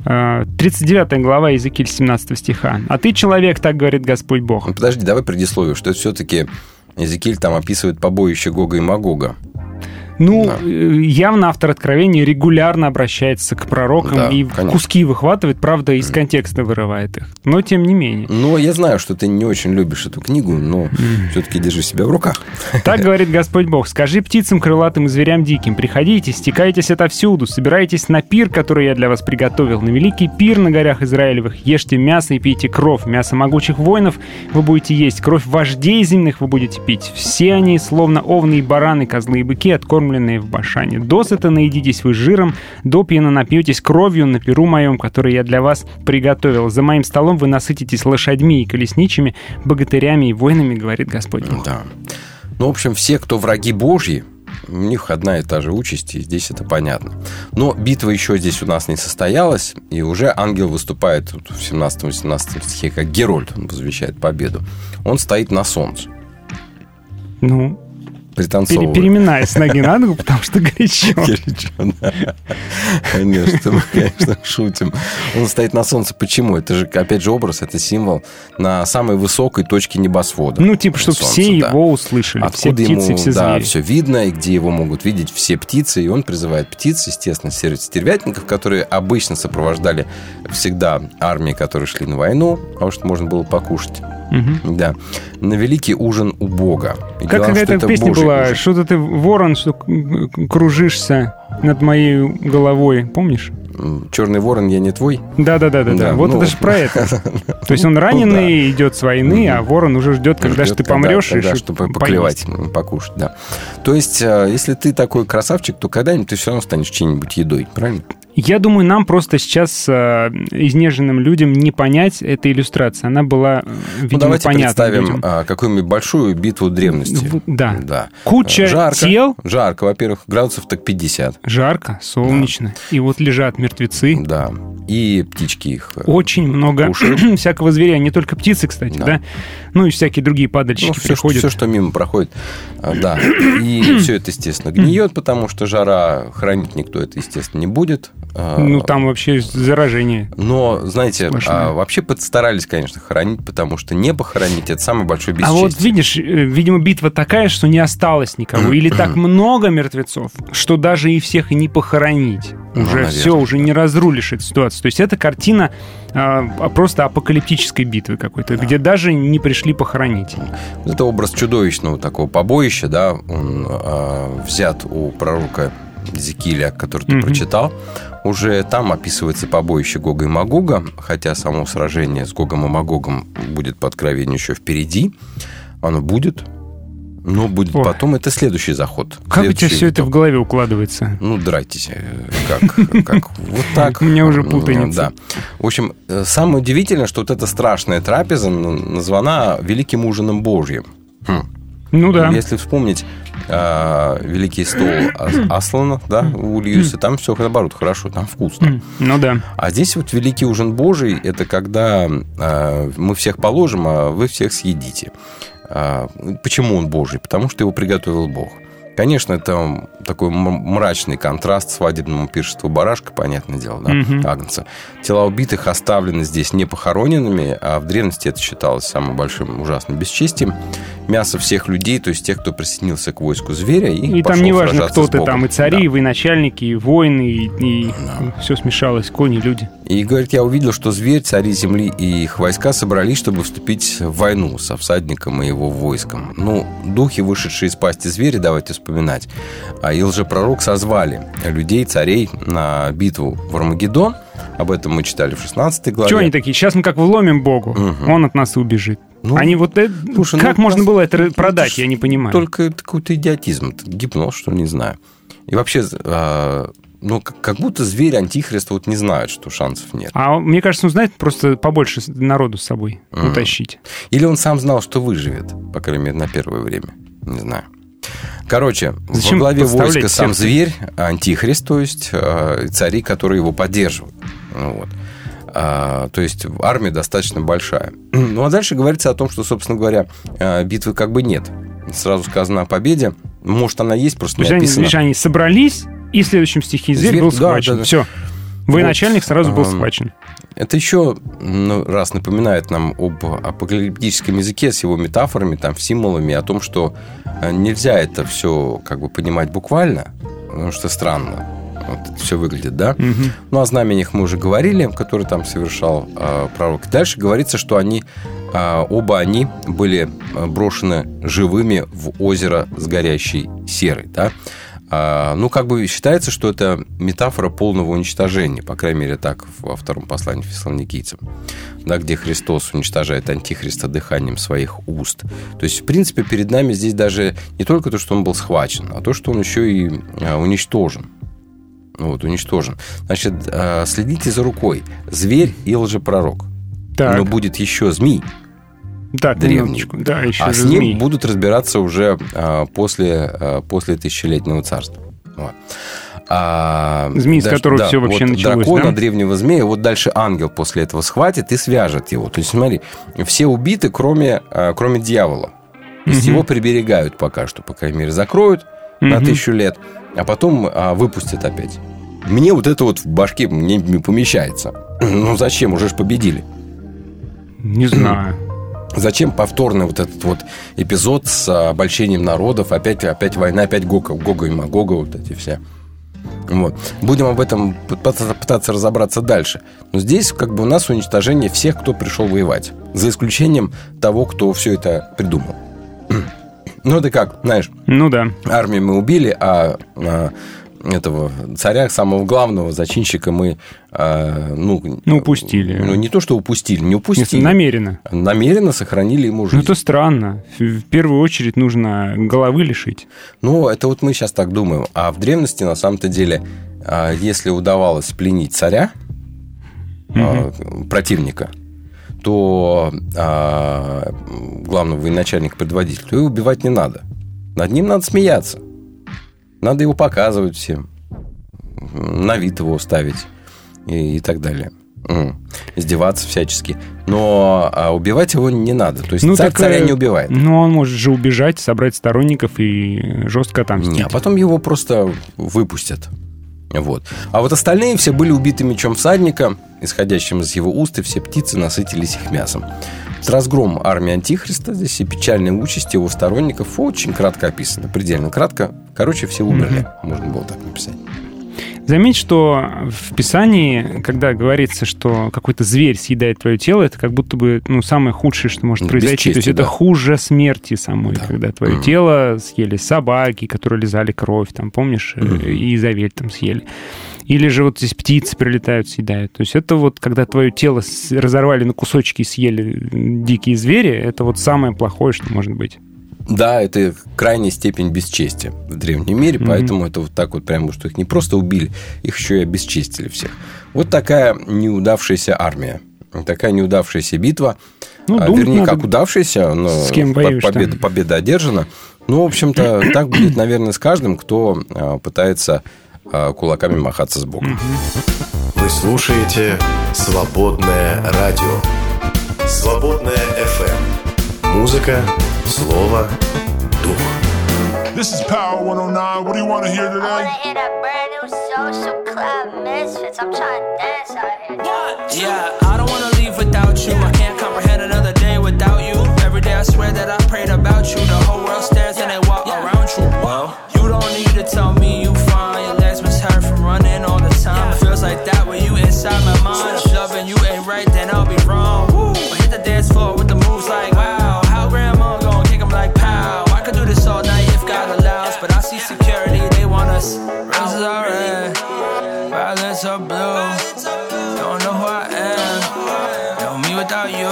39 глава, Иезекииль, 17 стиха. «А ты, человек, так говорит Господь Бог». Подожди, давай предисловие, что это все-таки Иезекииль там описывает побоище Гога и Магога. Ну, да. Явно автор Откровения регулярно обращается к пророкам, да, и конечно, куски выхватывает, правда, из контекста вырывает их. Но тем не менее. Ну, я знаю, что ты не очень любишь эту книгу, но все-таки держи себя в руках. Так говорит Господь Бог: «Скажи птицам крылатым и зверям диким: приходите, стекайтесь отовсюду, собирайтесь на пир, который я для вас приготовил, на великий пир на горах Израилевых. Ешьте мясо и пейте кровь. Мясо могучих воинов вы будете есть, кровь вождей земных вы будете пить. Все они, словно овны и бараны, козлы и быки, откормленные в Башане. Досыта наедитесь вы жиром, допьяно напьетесь кровью на пиру моем, который я для вас приготовил. За моим столом вы насытитесь лошадьми и колесничими, богатырями и воинами, говорит Господь Бог». Да. Ну, в общем, все, кто враги Божьи, у них одна и та же участь, и здесь это понятно. Но битва еще здесь у нас не состоялась, и уже ангел выступает в 17-18 стихе, как Герольд, он возвещает победу. Он стоит на солнце. Ну, пританцовывает. Переминаясь с ноги на ногу, потому что горячо. Горячо, да. Конечно, мы, конечно, шутим. Он стоит на солнце. Почему? Это же, опять же, образ, это символ на самой высокой точке небосвода. Ну, типа, чтобы все его услышали. Откуда все птицы, ему, все звери. Да, все видно, и где его могут видеть все птицы. И он призывает птиц, естественно, стервятников, которые обычно сопровождали всегда армии, которые шли на войну, потому что можно было покушать. Угу. Да. На великий ужин у Бога. И как какая-то песня была, что-то ты ворон, что кружишься над моей головой, помнишь? Черный ворон, я не твой? Да. Вот это же про это. То есть он раненый, идет с войны, а ворон уже ждет, когда же ты помрешь. Чтобы поклевать, покушать, да. То есть, если ты такой красавчик, то когда-нибудь ты все равно станешь чьей-нибудь едой, правильно? Я думаю, нам просто сейчас, изнеженным людям, не понять этой иллюстрации. Она была, видимо, давайте понятна. Давайте представим какую-нибудь большую битву древности. Да. Куча тел. Жарко, во-первых, градусов так 50. Жарко, солнечно. Да. И вот лежат мертвецы. Да. И птички их очень много всякого зверя. Не только птицы, кстати, да? Ну и всякие другие падальщики приходят. Все, что мимо проходит. Да. И все это, естественно, гниет, потому что жара, хранить никто это, естественно, не будет. Ну, там вообще заражение. Но, знаете, вообще постарались, конечно, хоронить, потому что не похоронить – это самое большое бесчестие. А вот видишь, видимо, битва такая, что не осталось никого. Или так много мертвецов, что даже и всех и не похоронить. Уже все, уже не разрулишь эту ситуацию. То есть это картина просто апокалиптической битвы какой-то, где даже не пришли похоронить. Это образ чудовищного такого побоища, да, он взят у пророка Иезекииля, который ты прочитал. Уже там описывается побоище Гога и Магога, хотя само сражение с Гогом и Магогом будет по откровению еще впереди. Оно будет, но будет потом. Это следующий заход. Как у тебя все это в голове укладывается? Ну, драйтесь. Как? Вот так. У меня уже путаница. Да. В общем, самое удивительное, что вот эта страшная трапеза названа Великим ужином Божьим. Ну да. Если вспомнить «Великий стол» Аслана, да, у Льюиса, там все, наоборот, хорошо, там вкусно. Ну да. А здесь вот «Великий ужин Божий» – это когда мы всех положим, а вы всех съедите. Почему он Божий? Потому что его приготовил Бог. Конечно, это такой мрачный контраст свадебному пиршеству барашка, понятное дело, да, агнца. Тела убитых оставлены здесь не похороненными, а в древности это считалось самым большим ужасным бесчестием. Мясо всех людей, то есть тех, кто присоединился к войску зверя, и там неважно, кто ты там, и цари, и военачальники, и воины, и все смешалось, кони, люди. И, говорит, я увидел, что зверь, цари земли и их войска собрались, чтобы вступить в войну со всадником и его войском. Ну, духи, вышедшие из пасти зверя, давайте вспоминать, и лжепророк созвали людей, царей на битву в Армагеддон. Об этом мы читали в 16 главе. Чего они такие? Сейчас мы как вломим Богу, он от нас и убежит. Ну, они вот это... Слушай, как можно было это продать, я не понимаю. Только какой-то идиотизм, гипноз, что ли, не знаю. И вообще, как будто зверь, антихрист, вот не знают, что шансов нет. А мне кажется, он знает просто побольше народу с собой утащить. Или он сам знал, что выживет, по крайней мере, на первое время. Не знаю. Короче, во главе войска сам зверь, антихрист, то есть цари, которые его поддерживают. Вот. То есть армия достаточно большая. Ну, а дальше говорится о том, что, собственно говоря, битвы как бы нет. Сразу сказано о победе. Может, она есть, просто не описано. Они собрались, и в следующем стихе зверь был схвачен. Да. Все. Военачальник сразу был схвачен. Это еще раз напоминает нам об апокалиптическом языке с его метафорами, там, символами, о том, что нельзя это все как бы понимать буквально, потому что странно. Вот это все выглядит, да? Ну, о знамениях мы уже говорили, которые там совершал пророк. Дальше говорится, что оба они были брошены живыми в озеро с горящей серой, да? Как бы считается, что это метафора полного уничтожения, по крайней мере, так во втором послании фессалоникийцам, да, где Христос уничтожает антихриста дыханием своих уст. То есть, в принципе, перед нами здесь даже не только то, что он был схвачен, а то, что он еще и уничтожен. Вот, уничтожен. Значит, следите за рукой. Зверь и лжепророк. Так. Но будет еще змей. Так, древний. Да, еще с ним змей будут разбираться уже после тысячелетнего царства. Вот. Змей, с которого все вообще началось. Дракона, древнего змея, вот дальше ангел после этого схватит и свяжет его. То есть, смотри, все убиты, кроме дьявола. То есть его приберегают пока что, по крайней мере, закроют на 1000 лет, а потом выпустят опять. Мне вот это вот в башке не помещается. Ну зачем? Уже ж победили. Не знаю. Зачем повторный вот этот вот эпизод с обольщением народов? Опять война, опять Гога и Магога, вот эти все. Вот. Будем об этом пытаться разобраться дальше. Но здесь как бы у нас уничтожение всех, кто пришел воевать. За исключением того, кто все это придумал. Ну, это как, знаешь, армию мы убили, а этого царя, самого главного зачинщика мы упустили. Не то, что упустили, не упустили. Намеренно. Намеренно сохранили ему жизнь. Это странно. В первую очередь нужно головы лишить. Это вот мы сейчас так думаем. А в древности, на самом-то деле, если удавалось пленить царя, противника, то главного военачальника, предводителя, то его убивать не надо. Над ним надо смеяться. Надо его показывать всем. На вид его ставить и так далее. Издеваться всячески. Но убивать его не надо. То есть царя не убивает. Он может же убежать, собрать сторонников и жестко отомстить. А потом его просто выпустят. Вот. А вот остальные все были убиты мечом всадника, исходящим из его уст, и все птицы насытились их мясом. Разгром армии Антихриста, здесь и печальная участь его сторонников очень кратко описано, предельно кратко. Короче, все умерли, можно было так написать. Заметь, что в Писании, когда говорится, что какой-то зверь съедает твое тело, это как будто бы самое худшее, что может произойти. То есть это хуже смерти самой, когда твое тело съели собаки, которые лизали кровь, там, помнишь, и Изавель там съели. Или же вот здесь птицы прилетают, съедают. То есть это вот, когда твое тело разорвали на кусочки и съели дикие звери, это вот самое плохое, что может быть. Да, это крайняя степень бесчестия в древнем мире, поэтому это вот так вот прямо, что их не просто убили, их еще и обесчестили всех. Вот такая неудавшаяся армия, такая неудавшаяся битва. вернее, как удавшийся, но с кем победа одержана. Ну, в общем-то, так будет, наверное, с каждым, кто пытается кулаками махаться с Богом. Вы слушаете «Свободное радио». «Свободное FM». Музыка, слово, дух. This is Power 109. What do you want to hear today? I want to hear that brand new Social Club Misfits. I'm trying to dance out here. What? Yeah, I don't want to leave without you. I can't comprehend another day without you. Every day I swear that I prayed about you. The whole world stares and they walk around you. Well, you don't need to tell me you fine. Your legs must hurt from running all the time. It feels like that when you inside my mind. If loving you ain't right, then I'll be wrong. But hit the dance floor with the moves like wow. How grandma gon' kick 'em like pow. I could do this all night if God allows. But I see security, they want us. Roses are red, violets are blue. Don't know who I am, know me without you.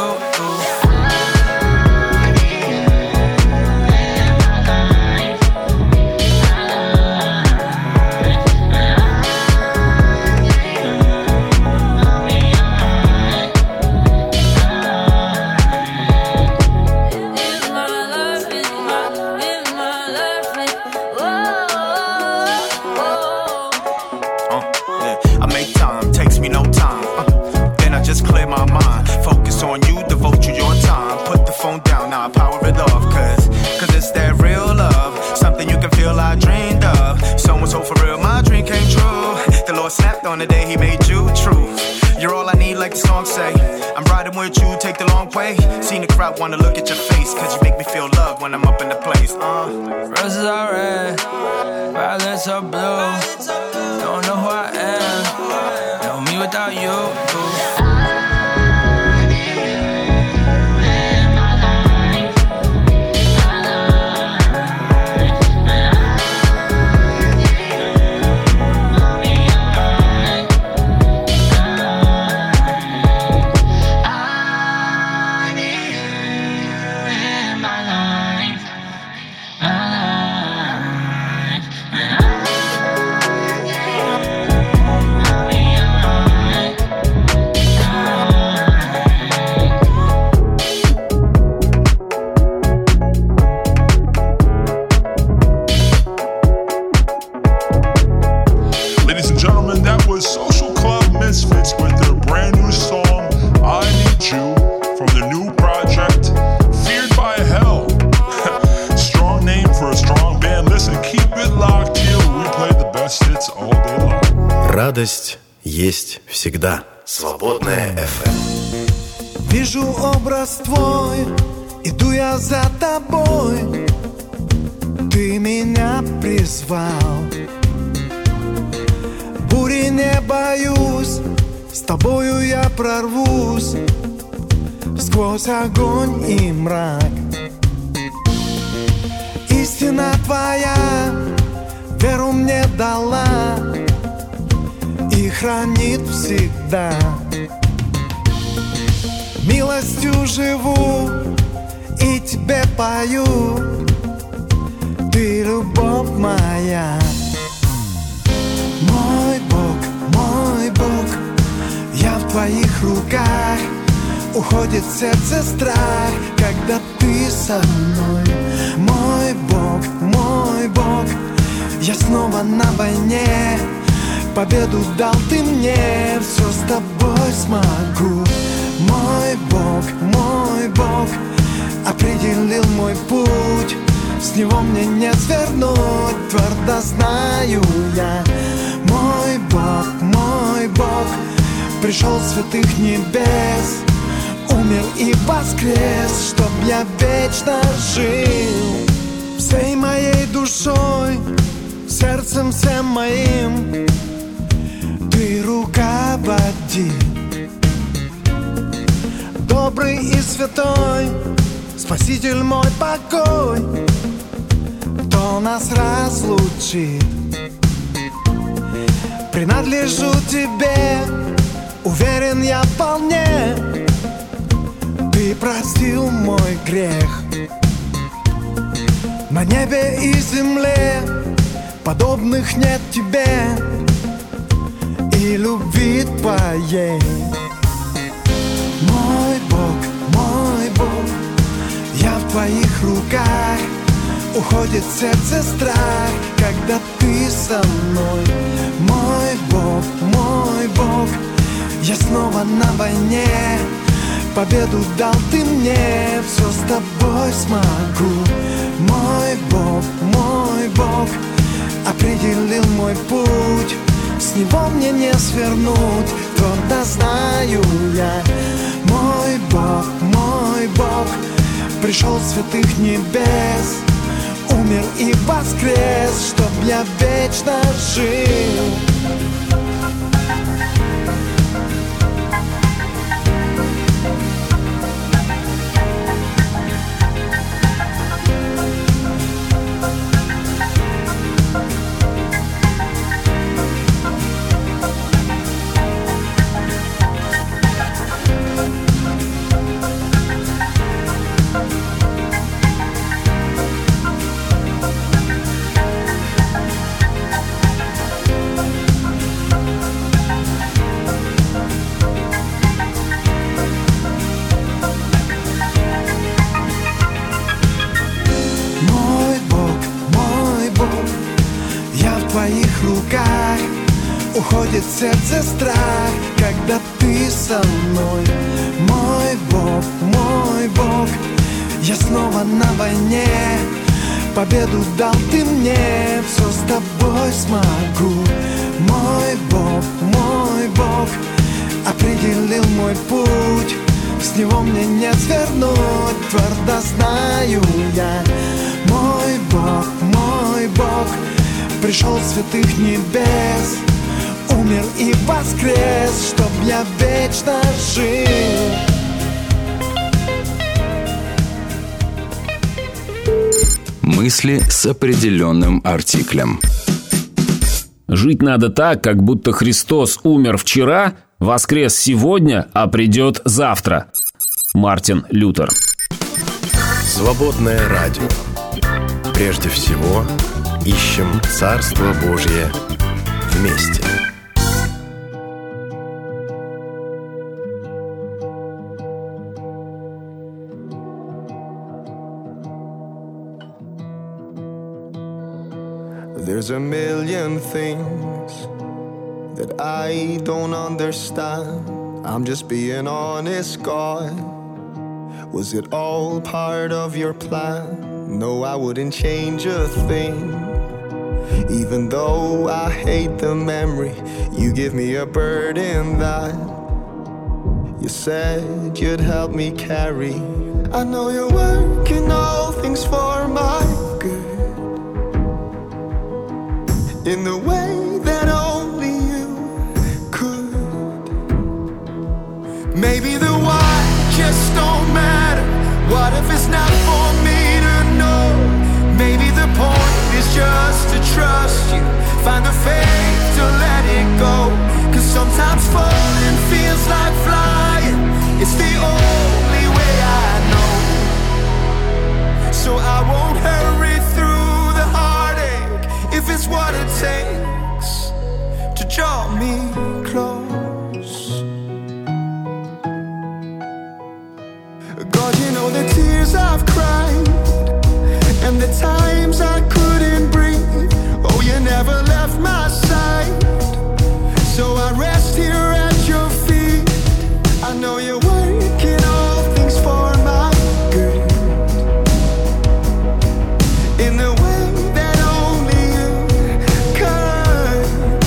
Snapped on the day he made you true. You're all I need, like the song say. I'm riding with you, take the long way. Seen the crowd wanna look at your face, cause you make me feel love when I'm up in the place. Roses are red, violets are blue. Don't know who I am, know me without you. Радость есть всегда. Свободное FM. Вижу образ твой, иду я за тобой. Ты меня призвал. Бури не боюсь, с тобою я прорвусь сквозь огонь и мрак. Истина твоя веру мне дала и хранит всегда. Милостью живу и тебе пою, ты любовь моя. Мой Бог, я в твоих руках. Уходит в сердце страх, когда ты со мной. Мой Бог, я снова на войне. Победу дал ты мне, все с тобой смогу. Мой Бог, определил мой путь. С него мне не свернуть, твердо знаю я. Мой Бог, пришел с святых небес, умер и воскрес, чтоб я вечно жил. Всей моей душой, сердцем всем моим ты руководи. Добрый и святой, Спаситель мой покой, кто нас разлучит. Принадлежу тебе, уверен я вполне. Ты простил мой грех. На небе и земле подобных нет тебе и любви твоей. Мой твоих руках. Уходит в сердце страх, когда ты со мной. Мой Бог, я снова на войне. Победу дал ты мне, все с тобой смогу. Мой Бог, определил мой путь. С него мне не свернуть, твердо знаю я. Мой Бог, пришел с святых небес, умер и воскрес, чтоб я вечно жил. Уходит в сердце страх, когда ты со мной. Мой Бог, я снова на войне. Победу дал ты мне, все с тобой смогу. Мой Бог, определил мой путь. С него мне не свернуть, твердо знаю я. Мой Бог, пришел с святых небес, умер и воскрес, чтоб я вечно жил. Мысли с определенным артиклем. Жить надо так, как будто Христос умер вчера, воскрес сегодня, а придет завтра. Мартин Лютер. Свободное радио. Прежде всего, ищем Царство Божье вместе. There's a million things that I don't understand. I'm just being honest, God. Was it all part of your plan? No, I wouldn't change a thing. Even though I hate the memory, you give me a burden that you said you'd help me carry. I know you're working all things for my good, in the way that only you could. Maybe the why just don't matter. What if it's not for me to know? Maybe the point is just to trust you, find the faith to let it go. Cause sometimes falling feels like flying. It's the only way I know. So I won't hurry through the heartache if it's what it takes to draw me close. God, you know the tears I've cried and the times I couldn't breathe. Oh, you never left my side. So I rest here at your feet. I know you're working all things for my good, in the way that only you could.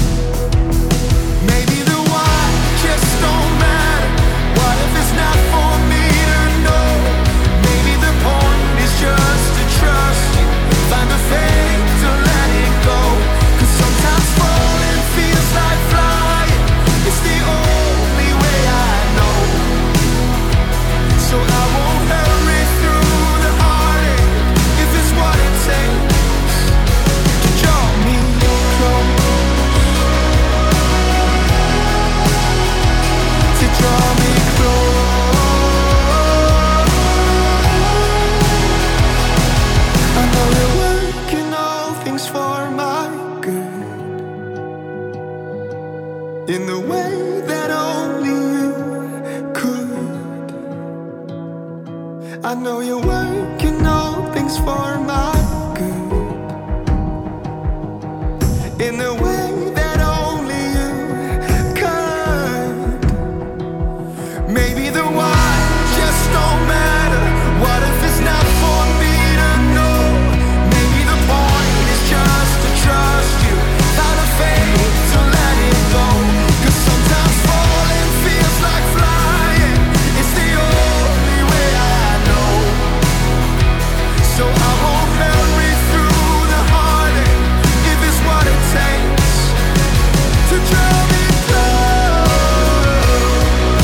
Maybe the why just don't matter. What if it's not for me to know? Maybe the point is just to trust you, find the faith to let it go. Cause sometimes falling feels like flying. It's the only way I know. So I won't hurry through the heartache if it's what it takes to draw me close, to draw me close. I know you're working all things for my good, in the way that only you could. I know you're working things for my good in the way that only you could. Maybe the why just don't matter. What if it's not for me to know? Maybe the point is just to trust you, out of faith to let it go. 'Cause sometimes falling feels like flying. It's the only way I know. So I won't hurry through the heartache if it's what it takes to draw me close.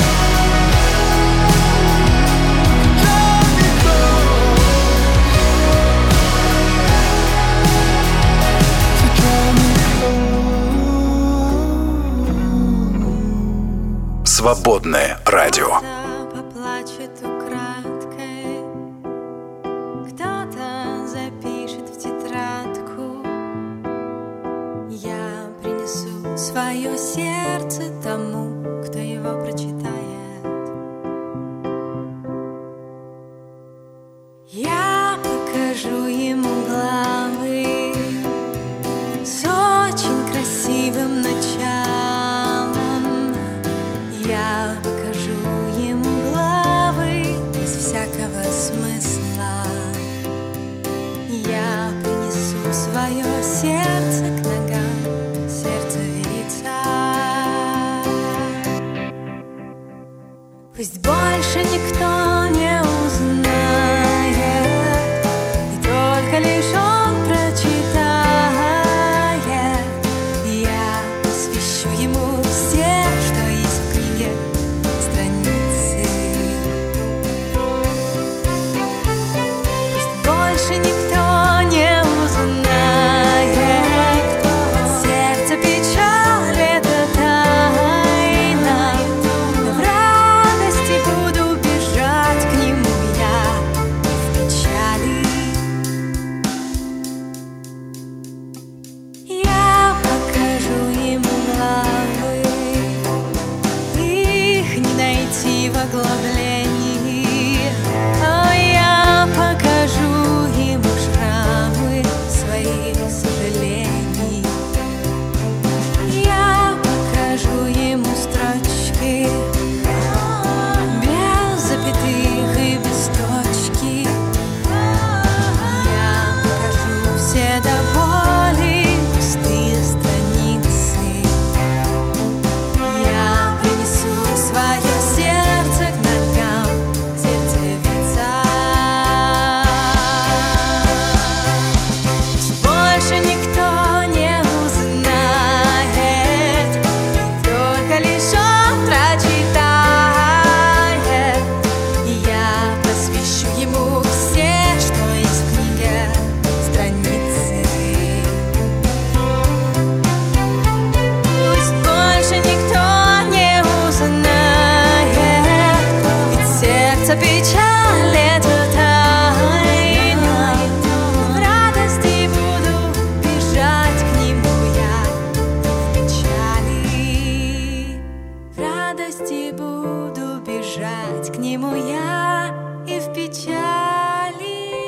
Draw me close. To draw me close. Свободное радио. Поплачет украдкой, кто-то запишет в тетрадку. Я принесу свое сердце тому, кто его прочитает. Я покажу ему главы с очень красивым началом. Я покажу ему главы без всякого смысла. Я принесу свое сердце к ногам сердцевица. Пусть больше никто не узнает, и только лишь он прочитает. Я посвящу ему все, что есть в книге, страницы. Пусть больше никто не узнает, от сердца печаль — это тайна. Но в радости буду бежать к нему я в печали. Я покажу ему главы, их не найти в оглавлении. А я покажу ему шрамы своих сожалений. Я покажу ему строчки без запятых и без точки. Я покажу все до боли пустые страницы. Я принесу свое сердце к ногам сердцевица. Пусть больше никто не узнает, только лишь он прочитает. Я посвящу ему все, что есть в книге, страницы. Пусть больше никто не узнает, ведь сердце печаль — это тайна. В радости буду бежать к нему я в печали. В радости буду бежать к нему я и в печали.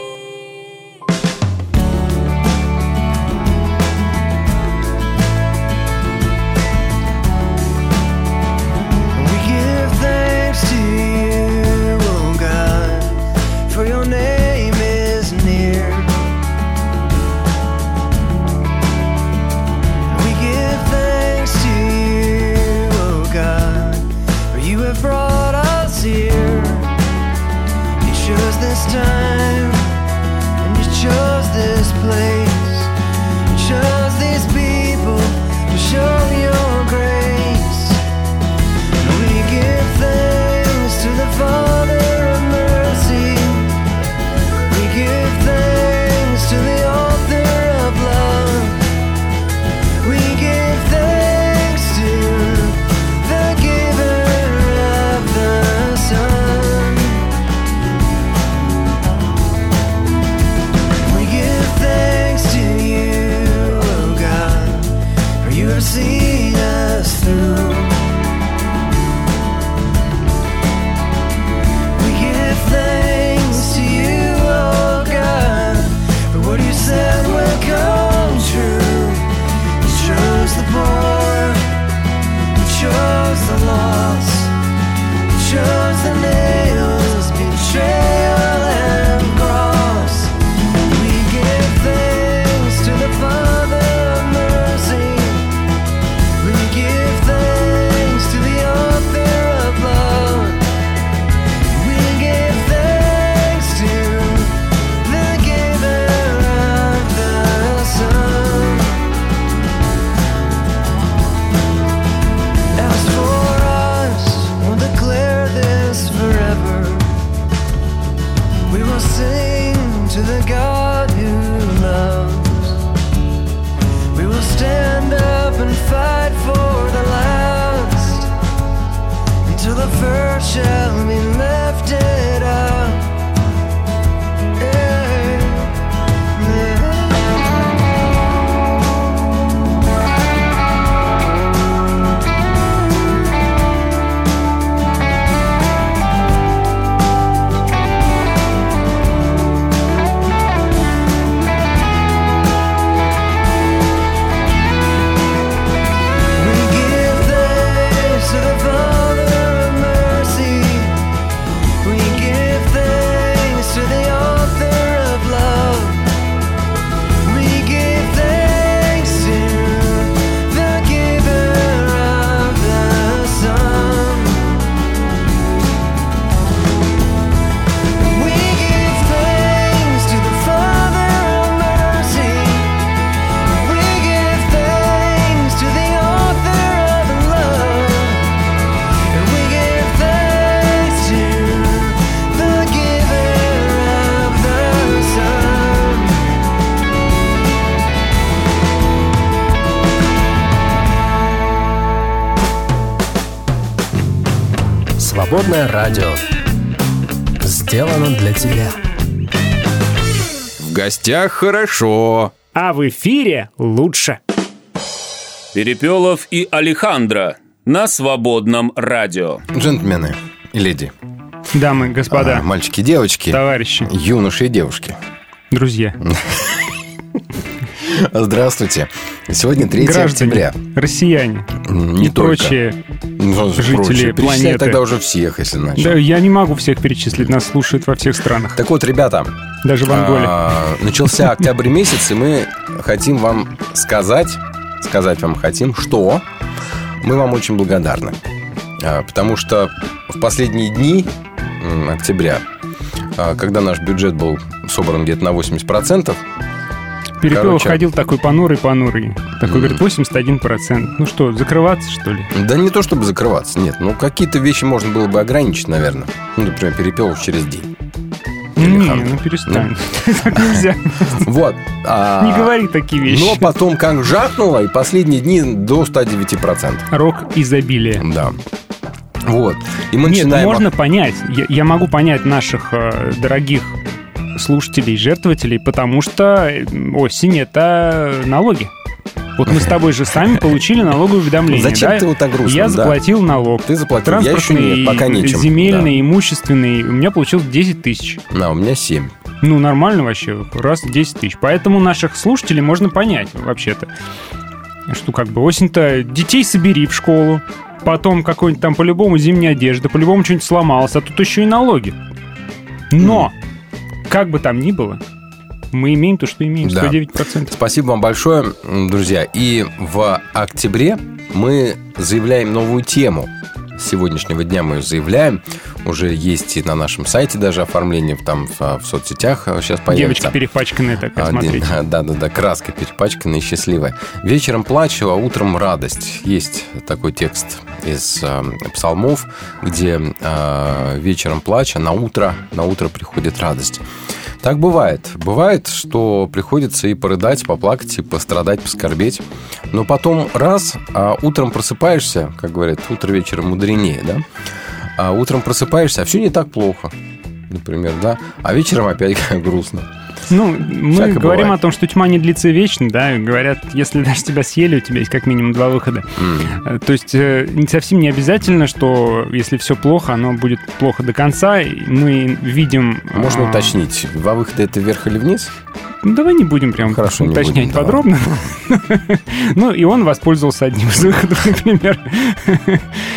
We give thanks to you, oh God, for your name is near. We give thanks to you, oh God, for you have brought us here. the loss. We chose the nails, betrayal and cross. We give thanks to the Father of mercy. We give thanks to the author of love. We give thanks to the giver of the sun. As for us, we'll declare this forever. We will sing to the God who loves. We will stand up and fight for the last, until the first shall be lifted up. We give thanks to the Father of mercy. We give thanks to the author of love. We give thanks to the giver of the sun. We give thanks to the Father of mercy. We give thanks to the author of love. And we give thanks to the giver of the sun. Свободное радио. Сделано для тебя. В гостях хорошо. А в эфире лучше. Перепелов и Алехандро на Свободном радио. Джентльмены и леди, Дамы, господа, мальчики, девочки, товарищи, юноши и девушки. друзья, Здравствуйте. Сегодня 3 граждане, октября. россияне Не и только. прочие Прочие. жители Перечисляй планеты. тогда уже всех, если начал. Да, я не могу всех перечислить, нас слушают во всех странах, Так вот, ребята, даже в Анголе. начался октябрь месяц, и мы хотим вам сказать вам хотим, что мы вам очень благодарны. Потому что в последние дни октября, когда наш бюджет был собран где-то на 80%, Перепелов ходил такой понурый. Такой, говорит, 81%. Ну что, закрываться, что ли? Да не то, чтобы закрываться, нет. Ну, какие-то вещи можно было бы ограничить, наверное. Ну, например, Перепелов через день. Не, перестань. Так нельзя. Вот. Не говори такие вещи. Но потом как жахнуло, и последние дни до 109%. Рок изобилия. Да. Вот. И мы Нет, начинаем... можно понять. Я могу понять наших дорогих слушателей, жертвователей, потому что осень — это налоги. Вот мы с тобой же сами получили налоговое уведомление. Зачем да? ты вот так грустно? Я заплатил налог. Ты заплатил, я еще транспортный, нет, пока нечем. земельный, имущественный. У меня получилось 10 тысяч. Да, у меня 7. Ну, нормально вообще. Раз 10 тысяч. Поэтому наших слушателей можно понять вообще-то. Что как бы осень-то детей собери в школу. Потом какой-нибудь там по-любому зимняя одежда. По-любому что-нибудь сломалось. А тут еще и налоги. Но... Как бы там ни было, мы имеем то, что имеем, 109%. Спасибо вам большое, друзья. И в октябре мы заявляем новую тему. С сегодняшнего дня мы ее заявляем. Уже есть и на нашем сайте даже оформление, там в соцсетях сейчас появится. Девочка перепачканная такая, смотрите. Да, краска перепачканная и счастливая. Вечером плачу, а утром радость. Есть такой текст из псалмов, где вечером плача, на утро приходит радость. Так бывает. Бывает, что приходится и порыдать, поплакать, и пострадать, поскорбеть. Но потом раз, а утром просыпаешься, как говорят, утро вечером мудренее, да? А утром просыпаешься, а все не так плохо, например, да? А вечером опять грустно. Ну, мы говорим о том, что тьма не длится вечно, да, говорят, если даже тебя съели, у тебя есть как минимум 2 выхода. То есть совсем не обязательно, что если все плохо, оно будет плохо до конца. Мы видим... Можно уточнить, 2 выхода — это вверх или вниз? Ну, давай не будем прям уточнять подробно. Ну, и он воспользовался одним из выходов, например.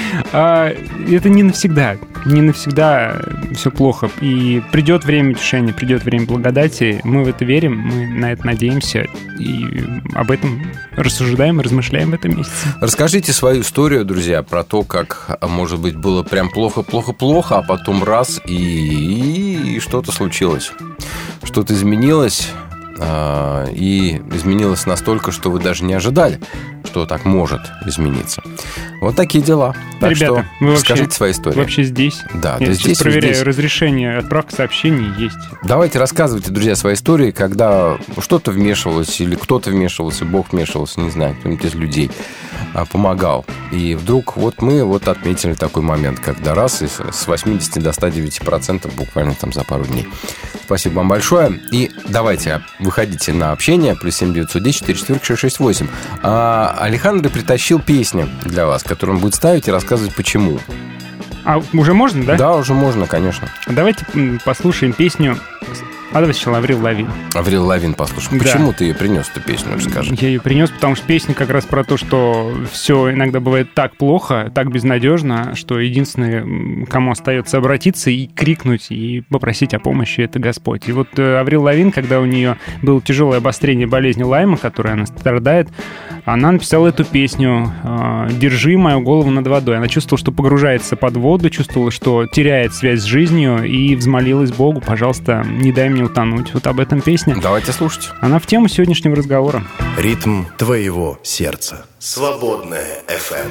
Это не навсегда. Не навсегда все плохо. И придет время утешения, придет время благодати. Мы в это верим, мы на это надеемся. И об этом рассуждаем и размышляем в этом месяце. Расскажите свою историю, друзья, про то, как, может быть, было прям плохо-плохо-плохо, а потом раз и что-то случилось. Что-то изменилось. И изменилось настолько, что вы даже не ожидали, что так может измениться. Вот такие дела. Так ребята, что вы скажите свои истории. Вообще здесь? Да, я здесь проверяю здесь. Разрешение, отправка сообщений есть. Давайте рассказывайте, друзья, свои истории, когда что-то вмешивалось, или кто-то вмешивался, Бог вмешивался, не знаю, кто-нибудь из людей помогал. И вдруг вот мы отметили такой момент, когда раз и с 80 до 109% буквально там за пару дней. Спасибо вам большое. И давайте выходите на общение. +7 910 44 668. Алехандро притащил песню для вас, которую он будет ставить и рассказывать, почему. А уже можно, да? Да, уже можно, конечно. Давайте послушаем песню. Давай сначала Аврил Лавин. Аврил Лавин послушаем. Да. Почему ты ее принес, эту песню, расскажи? Я ее принес, потому что песня как раз про то, что все иногда бывает так плохо, так безнадежно, что единственное, кому остается обратиться и крикнуть, и попросить о помощи, это Господь. И вот Аврил Лавин, когда у нее было тяжелое обострение болезни Лайма, которой она страдает, она написала эту песню «Держи мою голову над водой». Она чувствовала, что погружается под воду, чувствовала, что теряет связь с жизнью, и взмолилась Богу: пожалуйста, не дай мне утонуть. Вот об этом песня. Давайте слушать. Она в тему сегодняшнего разговора. Ритм твоего сердца. Свободная FM.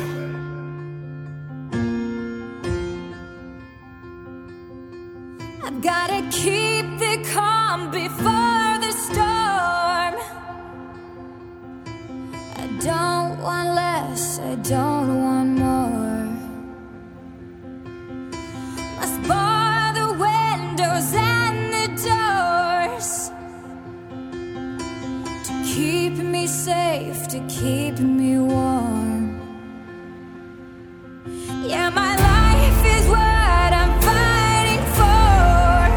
I've gotta keep the calm before the storm. I don't want less, I don't want more. Must bar the windows and the doors to keep me safe, to keep me warm. Yeah, my life is what I'm fighting for.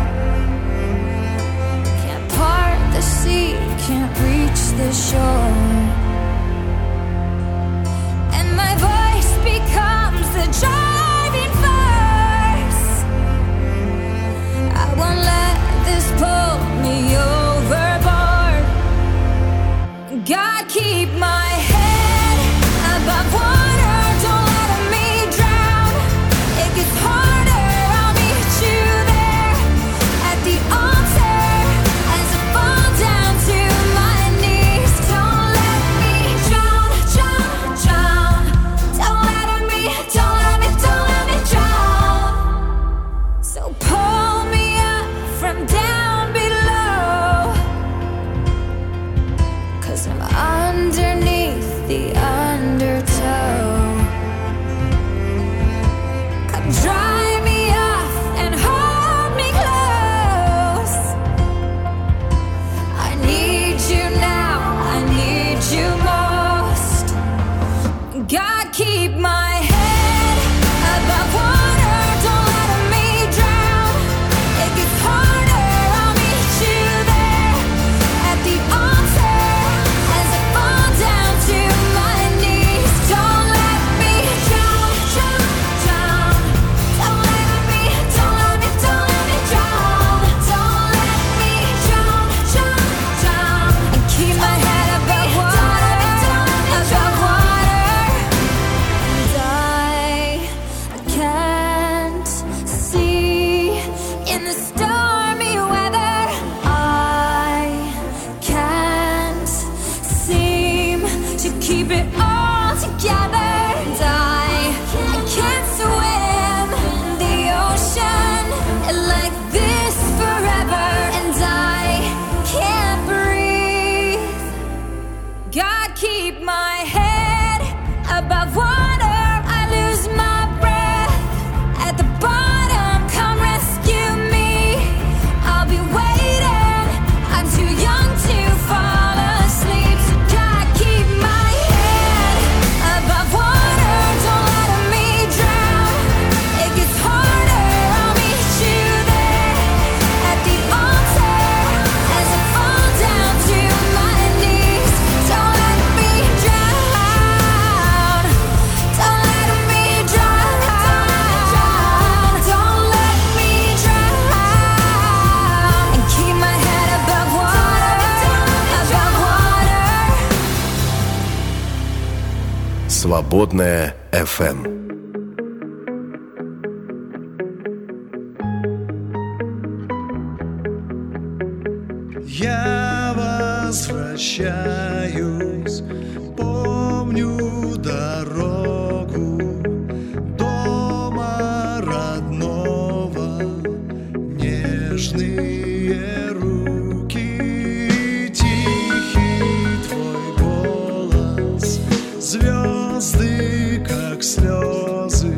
Can't part the sea, can't reach the shore. And my voice Свободная FM. Я возвращаюсь, помню дорогу дома родного, нежные руки, тихий твой голос, звезды, как слезы,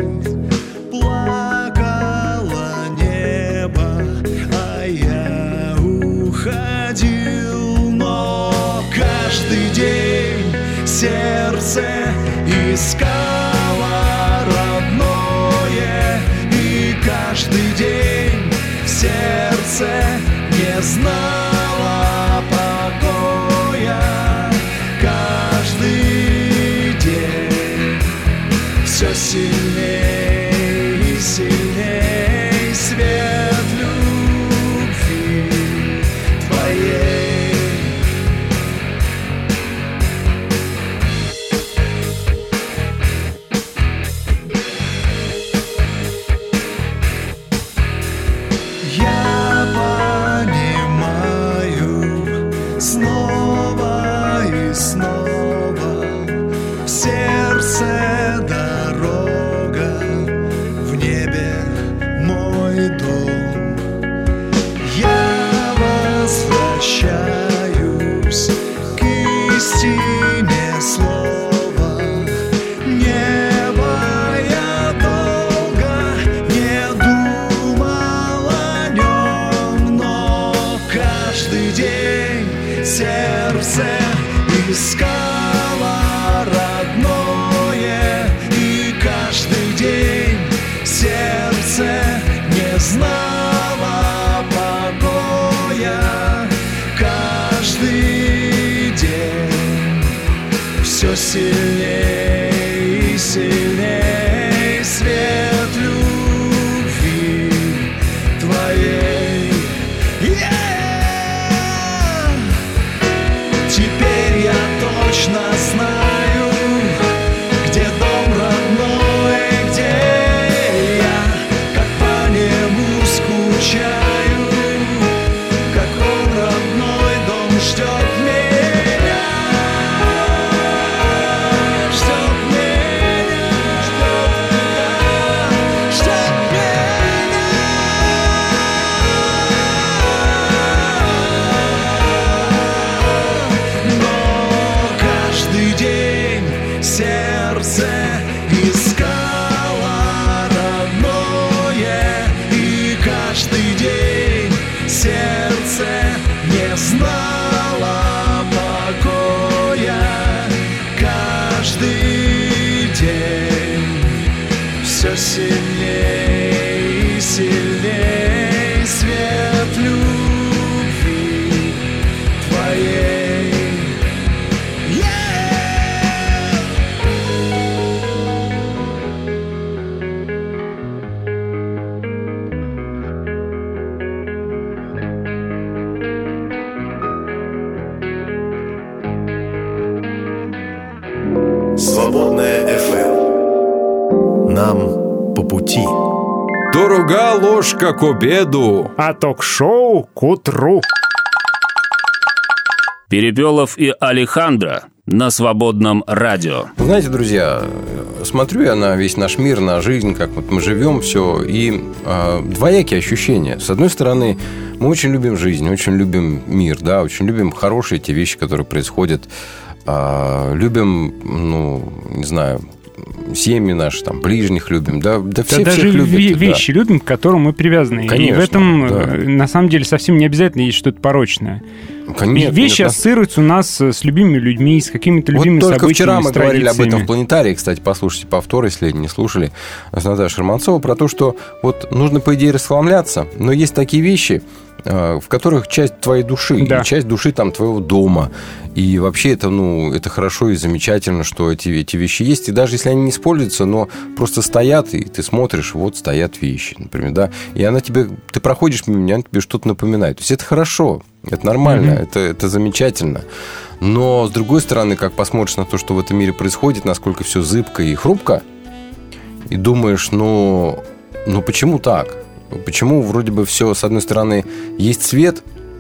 плакало небо, а я уходил, но каждый день сердце искало родное, и каждый день сердце не знало покоя. Каждый день все сильней и сильней свет любви твоей. Я понимаю снова и снова, в сердце дорога, в небе мой дом. Я возвращаюсь к истине слова. Небо я долго не думал о нем, но каждый день сердце искало родное, и каждый день сердце не знало покоя. Каждый день все сильней и сильней свет любви твоей. Теперь я точно знаю, где дом родной, где я, как по нему скучаю, как он, родной дом, ждет меня, ждет меня, ждет меня. Но каждый день сердце искало родное, и каждый день сердце не знало покоя. Каждый день все сильней и сильней свет любви твоей. Свободная FM. Нам по пути. Дорога ложка к обеду, а ток-шоу к утру. Перепелов и Алехандро на Свободном радио. Знаете, друзья, смотрю я на весь наш мир, на жизнь, как вот мы живем, все, и двоякие ощущения. С одной стороны, мы очень любим жизнь, очень любим мир, да, очень любим хорошие те вещи, которые происходят. Любим, не знаю, семьи наши, там, ближних любим, да все даже всех любят. Вещи любим, к которым мы привязаны. Конечно, и в этом, на самом деле, совсем не обязательно есть что-то порочное. Конечно, вещи ассоциируются у нас с любимыми людьми, с какими-то любимыми вот событиями, вчера мы говорили об традициями. этом в «Планетарии», кстати, послушайте повтор, если не слушали, с Наташей Романцовой, про то, что вот нужно, по идее, расхламляться, но есть такие вещи, в которых часть твоей души, да. Часть души там твоего дома. И вообще это, это хорошо и замечательно, что эти вещи есть. И даже если они не используются, но просто стоят, и ты смотришь, вот стоят вещи, например, да. И она тебе, ты проходишь мимо меня, она тебе что-то напоминает. То есть это хорошо, это нормально, это замечательно. Но, с другой стороны, как посмотришь на то, что в этом мире происходит, насколько все зыбко и хрупко, и думаешь, ну почему так? Почему вроде бы все, с одной стороны, есть свет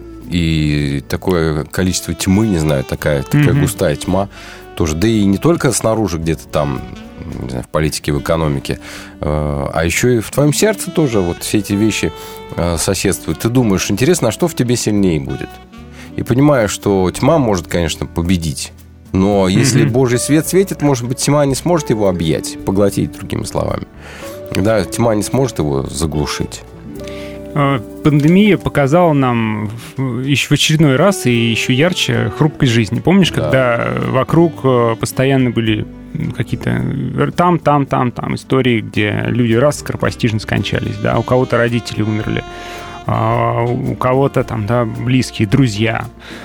и такое количество тьмы, не знаю, такая густая тьма тоже, да и не только снаружи где-то там, не знаю, в политике, в экономике, а еще и в твоем сердце тоже вот все эти вещи соседствуют. Ты думаешь, интересно, а что в тебе сильнее будет? И понимаешь, что тьма может, конечно, победить, но если Божий свет светит, может быть, тьма не сможет его объять, поглотить, другими словами. Да, тьма не сможет его заглушить. Пандемия показала нам еще в очередной раз и еще ярче хрупкость жизни. Помнишь, когда вокруг постоянно были какие-то там истории, где люди раз скоропостижно скончались, да, у кого-то родители умерли, у кого-то там, да, близкие, друзья.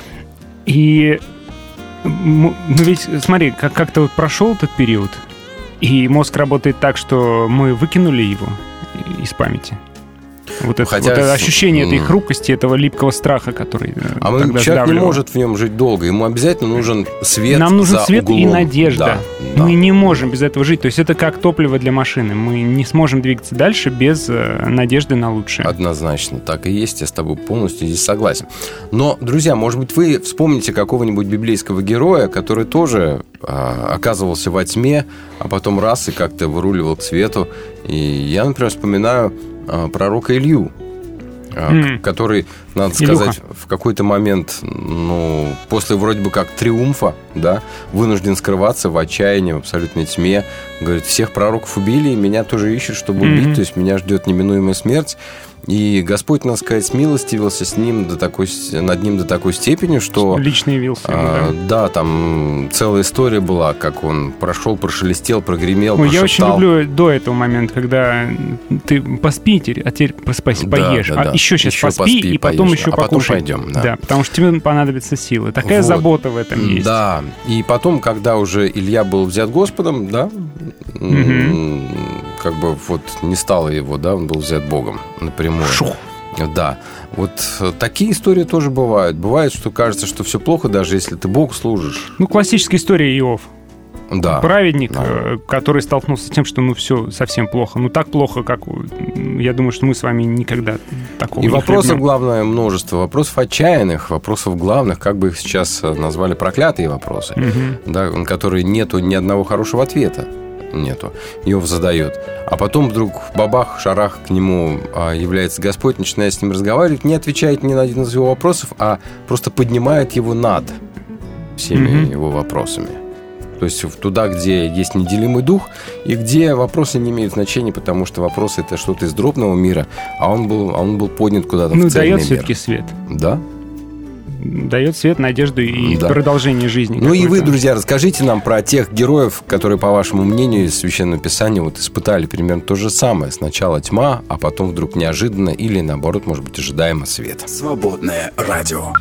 И ну ведь, смотри, как-то вот прошел этот период, и мозг работает так, что мы выкинули его из памяти. Вот это ощущение этой хрупкости, этого липкого страха, который человек не может в нем жить долго. Ему обязательно нужен свет. Нам нужен свет и надежда. Да. Мы не можем без этого жить. То есть это как топливо для машины. Мы не сможем двигаться дальше без надежды на лучшее. Однозначно. Так и есть. Я с тобой полностью здесь согласен. Но, друзья, может быть, вы вспомните какого-нибудь библейского героя, который тоже оказывался во тьме, а потом раз и как-то выруливал к свету. И я, например, вспоминаю пророка Илью, который, надо сказать, в какой-то момент, после вроде бы как триумфа, да, вынужден скрываться в отчаянии, в абсолютной тьме. Говорит, всех пророков убили, и меня тоже ищут, чтобы убить, то есть меня ждет неминуемая смерть. И Господь, надо сказать, смилостивился над ним до такой степени, что... Лично явился. Да, там целая история была, как он прошел, прошелестел, прогремел, прошептал. Я очень люблю до этого момента, когда ты поспи, а теперь поешь. Еще сейчас поспи, и потом еще покушай. Потом пойдем. Да, потому что тебе понадобятся силы. Такая забота в этом есть. Да, и потом, когда уже Илья был взят Господом, да, как бы вот не стало его, да, он был взят Богом напрямую. Да, вот такие истории тоже бывают. Бывает, что кажется, что все плохо, даже если ты Богу служишь. Классическая история Иов. Да. Праведник, который столкнулся с тем, что все совсем плохо. Так плохо, как я думаю, что мы с вами никогда такого не хлебнем. И вопросов, главное, множество. Вопросов отчаянных, вопросов главных, как бы их сейчас назвали, проклятые вопросы, да, на которые нету ни одного хорошего ответа. Нету. Иов задает. А потом вдруг бабах, шарах, к нему является Господь, начинает с ним разговаривать, не отвечает ни на один из его вопросов, а просто поднимает его над всеми его вопросами. То есть туда, где есть неделимый дух, и где вопросы не имеют значения, потому что вопросы — это что-то из дробного мира, а он был поднят куда-то в цельный мир. Дает все-таки свет. Да. Дает свет, надежду и продолжение жизни. И вы, друзья, расскажите нам про тех героев, которые, по вашему мнению, из Священного Писания испытали примерно то же самое. Сначала тьма, а потом вдруг неожиданно или, наоборот, может быть, ожидаемо свет. Свободное радио.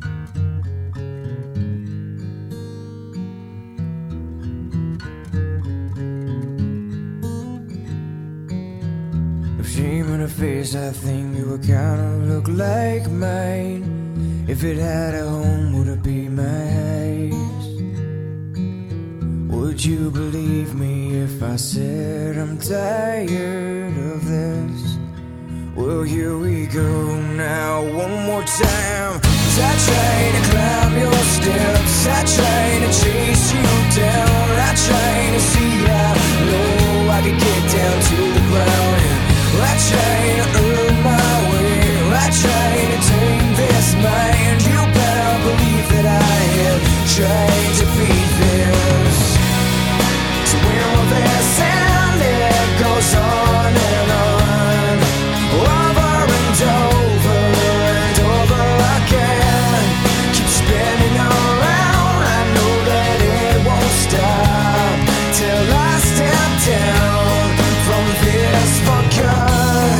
If it had a home, would it be my house? Would you believe me if I said I'm tired of this? Well, here we go now, one more time. I try to climb your steps, I try to chase you down, I try to see how low I could get down to the ground. I try to earn my way, I try to tame this mind. You better believe that I have tried to beat this. So will this end? It goes on and on, over and over and over again. Keep spinning around, I know that it won't stop till I step down from this for good.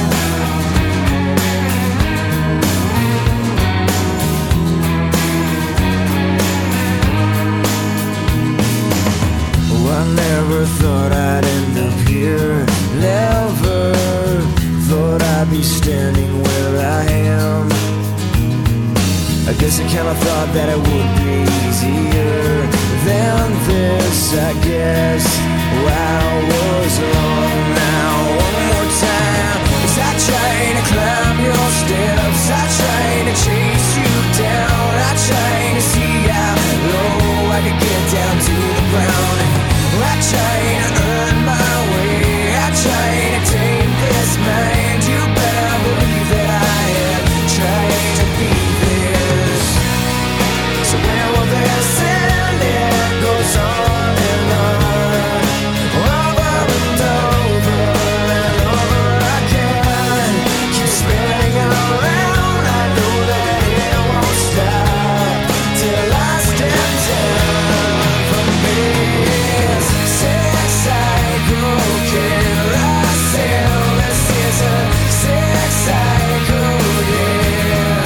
I never thought I'd end up here. Never thought I'd be standing where I am. I guess I kinda thought that it would be easy. I guess I was wrong. Now one more time, as I try to climb your steps, I try to chase you down, I try to see how low I could get down to the ground. I try to earn my way, I try to tame this mind. You better believe that I am trying to be this. So where will this end? It goes on and on, over and over and over again. Keep spinning around, I know that it won't stop till I step down from this sex cycle carousel. This is a sex cycle, yeah.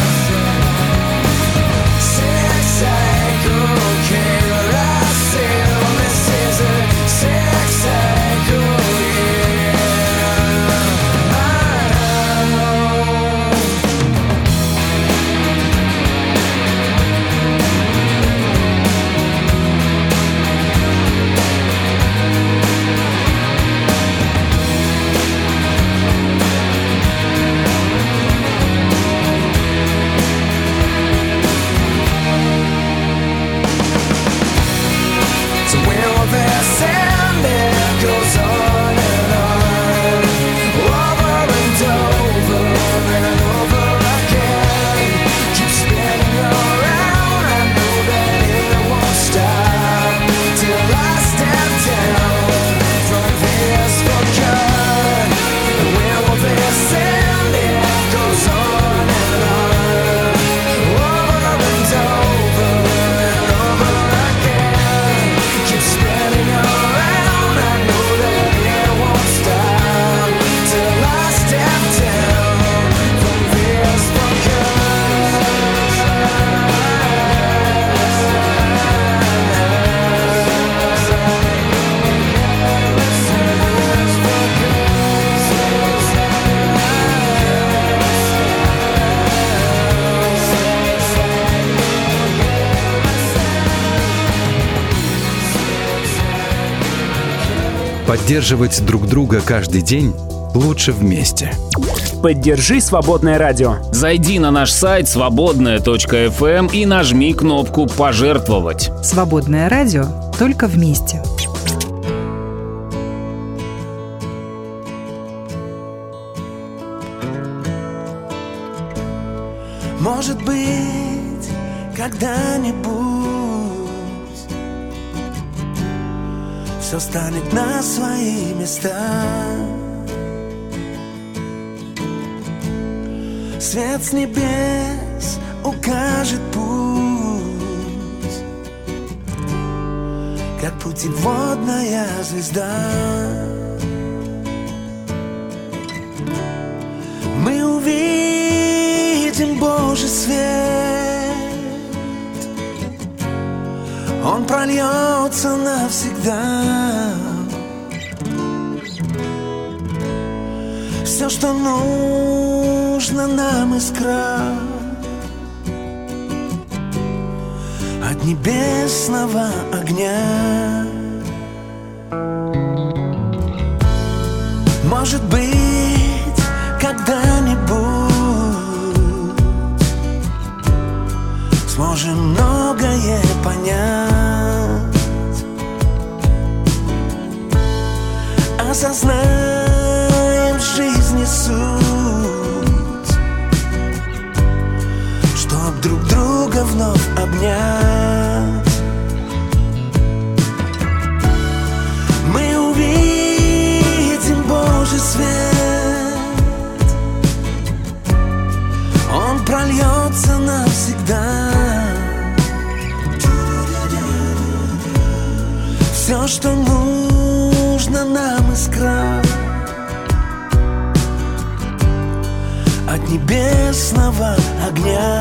Sex cycle carousel. This is a sex cycle, yeah. So will this end? It goes on and on, over and over and over again. Keep spinning around, I know that it won't stop till I step down from this forgot. Where will this end? It goes on and on, over and over and over again. Keep spinning around, I know that it won't stop till I step down from this Поддерживать друг друга каждый день лучше вместе. Поддержи «Свободное радио». Зайди на наш сайт свободная.фм и нажми кнопку «Пожертвовать». «Свободное радио» только вместе. Может быть, когда-нибудь все станет на свои места. Свет с небес укажет путь, как путеводная звезда. Мы увидим Божий свет, Он прольется навсегда. Все, что нужно нам, искра от небесного огня. Может быть, когда-нибудь сможем многое понять, осознаем в жизни суть, чтоб друг друга вновь обнять. Мы увидим Божий свет, Он прольется навсегда. Все, что нужно нам, искра от небесного огня.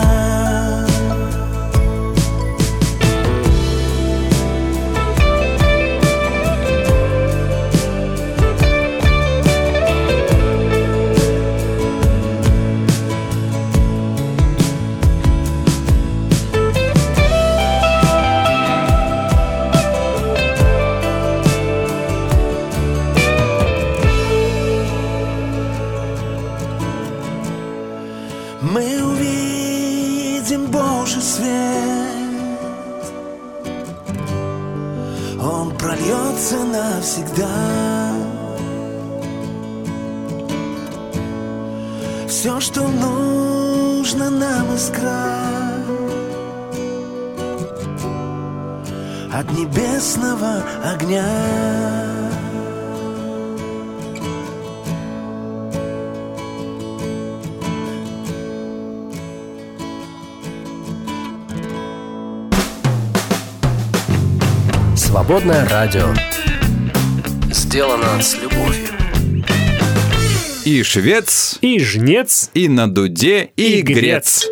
свет, он прольется навсегда. Все, что нужно нам, искра от небесного огня. Свободное радио. Сделано с любовью. И швец, и жнец, и на дуде, и грец.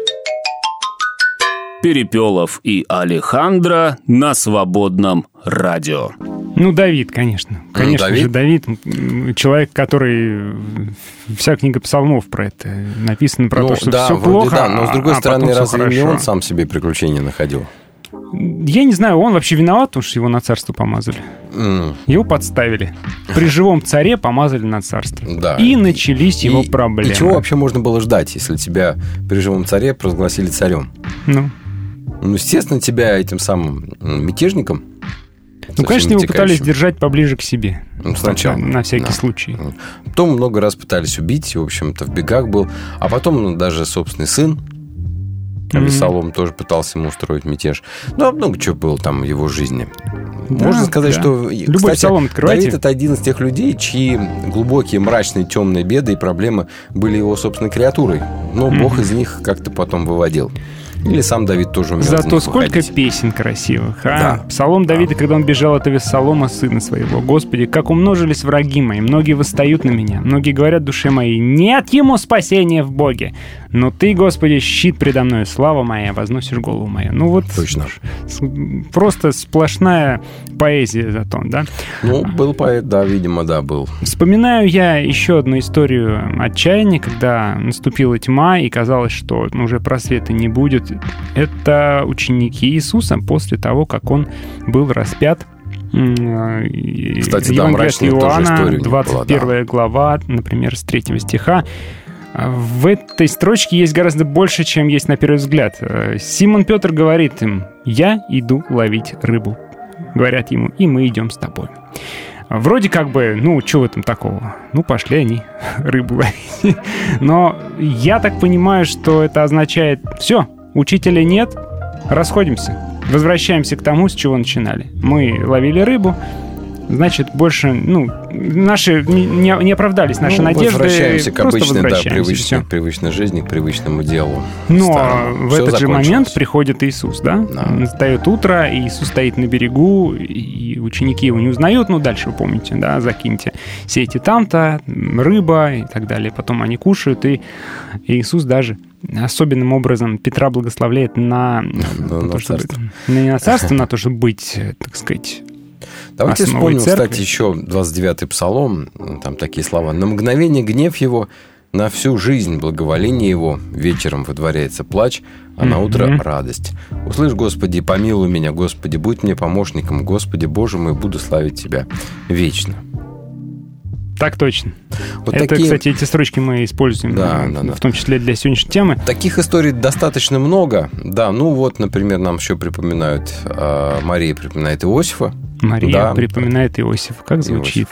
Перепелов и Алехандро на Свободном радио. Ну, Давид, конечно. Конечно же, Давид. Человек, который... Вся книга псалмов про это. Написано про то, что все плохо, да, но с другой стороны, разве не он сам себе приключения находил? Я не знаю, он вообще виноват, потому что его на царство помазали. Его подставили. При живом царе помазали на царство. Да. И начались его проблемы. И чего вообще можно было ждать, если тебя при живом царе провозгласили царем? Ну, естественно, тебя этим самым мятежником. Ну, конечно, его пытались держать поближе к себе. Ну, сначала. На всякий случай. Потом много раз пытались убить, в общем-то, в бегах был. А потом даже собственный сын Авессалом тоже пытался ему устроить мятеж. Ну, много чего было там в его жизни. Да, можно сказать, что... Любой псалом открывайте. Давид — это один из тех людей, чьи глубокие, мрачные, темные беды и проблемы были его собственной креатурой. Но Бог из них как-то потом выводил. Или сам Давид тоже умел. Зато сколько песен красивых, а? Да. Псалом Давида, когда он бежал от Авессалома, сына своего. Господи, как умножились враги мои, многие восстают на меня, многие говорят душе моей, нет ему спасения в Боге. Но ты, Господи, щит предо мной, слава моя, возносишь голову мою. Ну вот, точно. Просто сплошная поэзия зато, да? Ну, был поэт, да, видимо, да, был. Вспоминаю я еще одну историю отчаяния, когда наступила тьма, и казалось, что уже просвета не будет. Это ученики Иисуса после того, как он был распят. Кстати, да, мрачная тоже история. 21 была, да. Глава, например, с 3 стиха. В этой строчке есть гораздо больше, чем есть на первый взгляд. Симон Петр говорит им: «Я иду ловить рыбу». Говорят ему: «И мы идем с тобой». Вроде как бы, ну, что в этом такого? Ну, пошли они рыбу ловить. Но я так понимаю, что это означает: все, учителя нет, расходимся. Возвращаемся к тому, с чего начинали. Мы ловили рыбу, значит, больше, наши не оправдались, наши надежды. Возвращаемся к обычной, да, привычной жизни, к привычному делу. Но в этот же момент приходит Иисус, да? Настает утро, и Иисус стоит на берегу, и ученики его не узнают. Ну, дальше вы помните, да, закиньте сети там-то, рыба и так далее. Потом они кушают, и Иисус даже особенным образом Петра благословляет не на царство, на то, чтобы быть, так сказать, давайте вспомним, кстати, еще 29-й псалом, там такие слова. «На мгновение гнев его, на всю жизнь благоволение его, вечером выдворяется плач, а на утро радость. Услышь, Господи, помилуй меня, Господи, будь мне помощником, Господи, Боже мой, буду славить Тебя вечно». Так точно. Вот это, кстати, эти строчки мы используем, в том числе для сегодняшней темы. Таких историй достаточно много. Да, ну вот, например, нам еще припоминают, Мария припоминает Иосифа. Мария припоминает Иосифа. Как звучит,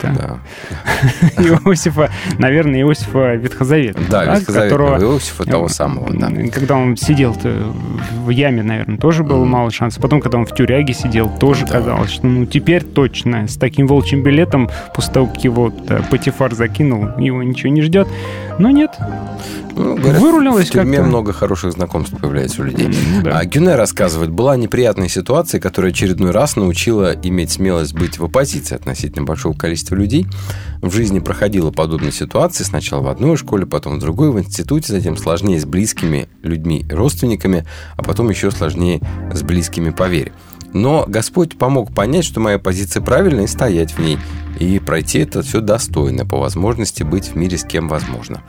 Иосифа, наверное, Иосифа Ветхозавета. Да, Ветхозаветного Иосифа, того самого, да. Когда он сидел в яме, наверное, тоже было мало шансов. Потом, когда он в тюряге сидел, тоже казалось, что теперь точно с таким волчьим билетом, после того, как его Патифар закинул, его ничего не ждет. Но нет. Говорят, вырулилось в тюрьме как-то. Много хороших знакомств появляется у людей. А Гюне рассказывает, была неприятная ситуация, которая очередной раз научила иметь смелость быть в оппозиции относительно большого количества людей. В жизни проходила подобная ситуация. Сначала в одной школе, потом в другой, в институте, затем сложнее с близкими людьми, родственниками, а потом еще сложнее с близкими по вере. Но Господь помог понять, что моя позиция правильная, и стоять в ней. И пройти это все достойно, по возможности быть в мире с кем возможно.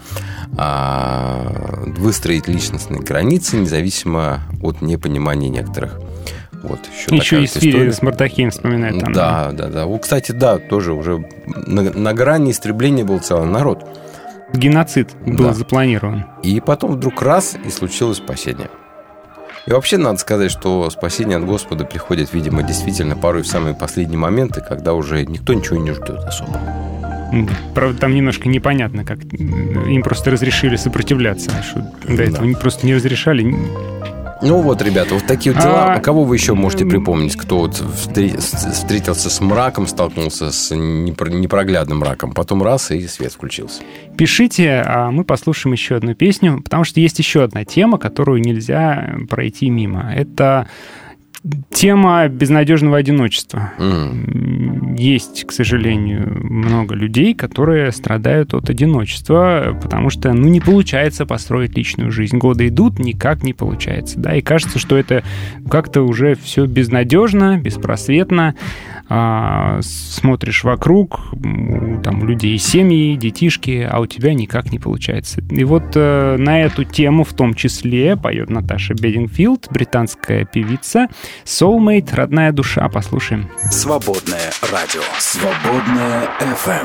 Выстроить личностные границы, независимо от непонимания некоторых. Вот, еще история с Мардахеем вспоминает. Там, да. Кстати, да, тоже уже на грани истребления был целый народ. Геноцид был запланирован. И потом вдруг раз, и случилось спасение. И вообще надо сказать, что спасение от Господа приходит, видимо, действительно порой в самые последние моменты, когда уже никто ничего не ждет особо. Правда, там немножко непонятно, как им просто разрешили сопротивляться, что до этого просто не разрешали. Ну вот, ребята, вот такие вот дела. Кого вы еще можете припомнить, кто вот встретился с мраком, столкнулся с непроглядным мраком, потом раз, и свет включился? Пишите, а мы послушаем еще одну песню, потому что есть еще одна тема, которую нельзя пройти мимо. Это тема безнадежного одиночества. Есть, к сожалению, много людей, которые страдают от одиночества, потому что, не получается построить личную жизнь. Годы идут, никак не получается, да, и кажется, что это как-то уже все безнадежно, беспросветно. Смотришь вокруг, там у людей семьи, детишки, а у тебя никак не получается. И вот на эту тему в том числе поет Наташа Бедингфилд, британская певица. Soulmate, родная душа. Послушаем. Свободное радио. Свободное FM.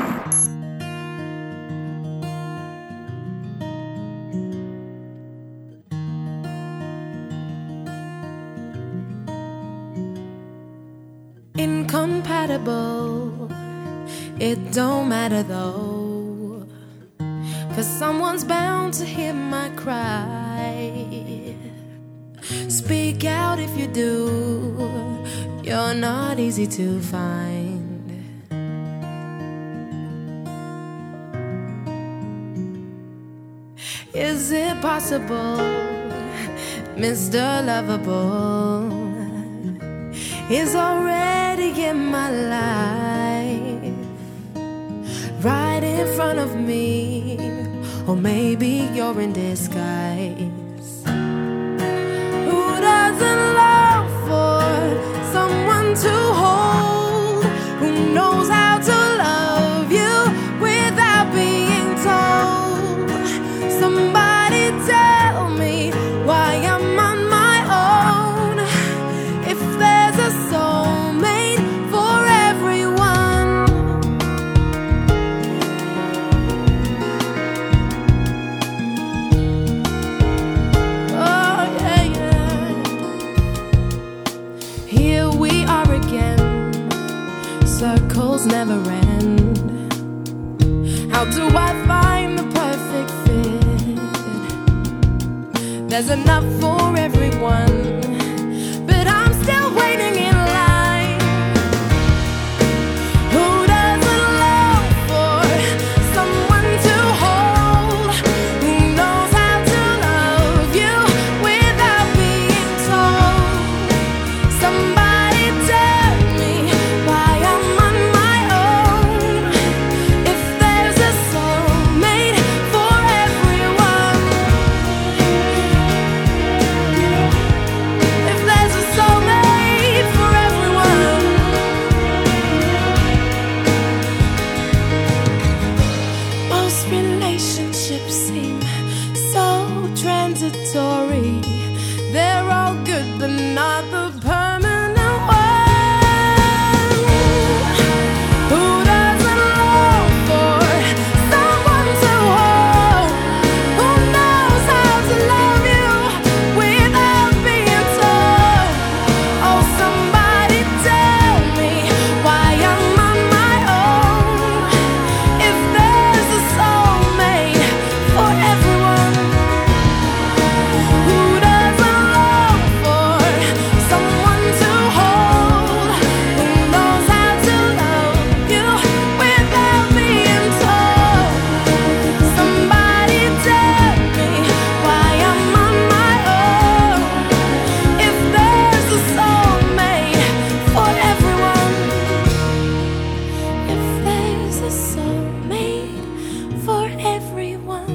Incompatible, it don't matter though, 'cause someone's bound to hear my cry. Speak out if you do, you're not easy to find. Is it possible, Mr. Lovable is already in my life, right in front of me, or maybe you're in disguise. Who doesn't long for someone to hold, who knows how to love you without being told? Somebody tell me why I'm on my own, if there's a soulmate for everyone. Oh yeah, yeah. Here we are again, circles never end. How do I find the perfect fit? There's enough for everyone, but I'm still waiting in line. Who doesn't long for someone to hold, who knows how to love you without being told? Somebody tell me why I'm on my own, if there's a soulmate for everyone. If there's a soulmate for everyone. Most relationships seem so transitory. They're all good, but not the permanent one. Who doesn't long for someone to hold, who knows how to love you without being told? Oh, somebody tell me why I'm on my own, if there's a soulmate for everyone. Who doesn't long for someone to hold, who knows how to love you without being told? Somebody tell me why I'm on my own, if there's a soulmate for everyone. If there's a soulmate for everyone.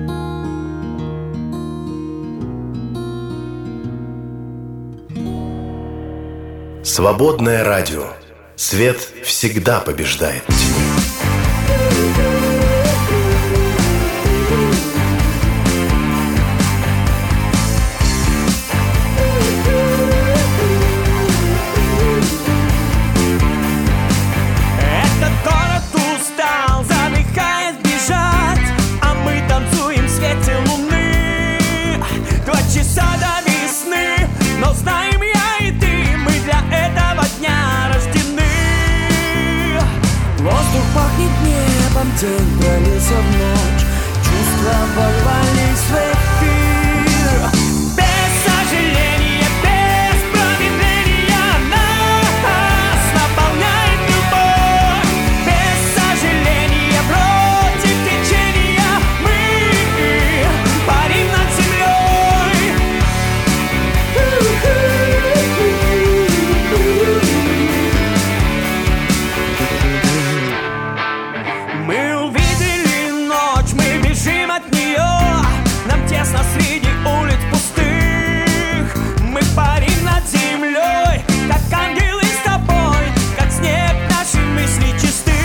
Свободное радио. Свет всегда побеждает тьму. Этот город устал, задыхаясь бежать, а мы танцуем в свете луны. 2 часа до весны, день пролился в ночь. Чувства ворвались в эфир. Без сожаления, без промедления нас наполняет любовь. Без сожаления, против течения мы парим над землей. Мы увидели ночь, мы бежим от нее. Нам тесно среди улиц пустых. Мы парим над землей, как ангелы с тобой, как снег наши мысли чисты.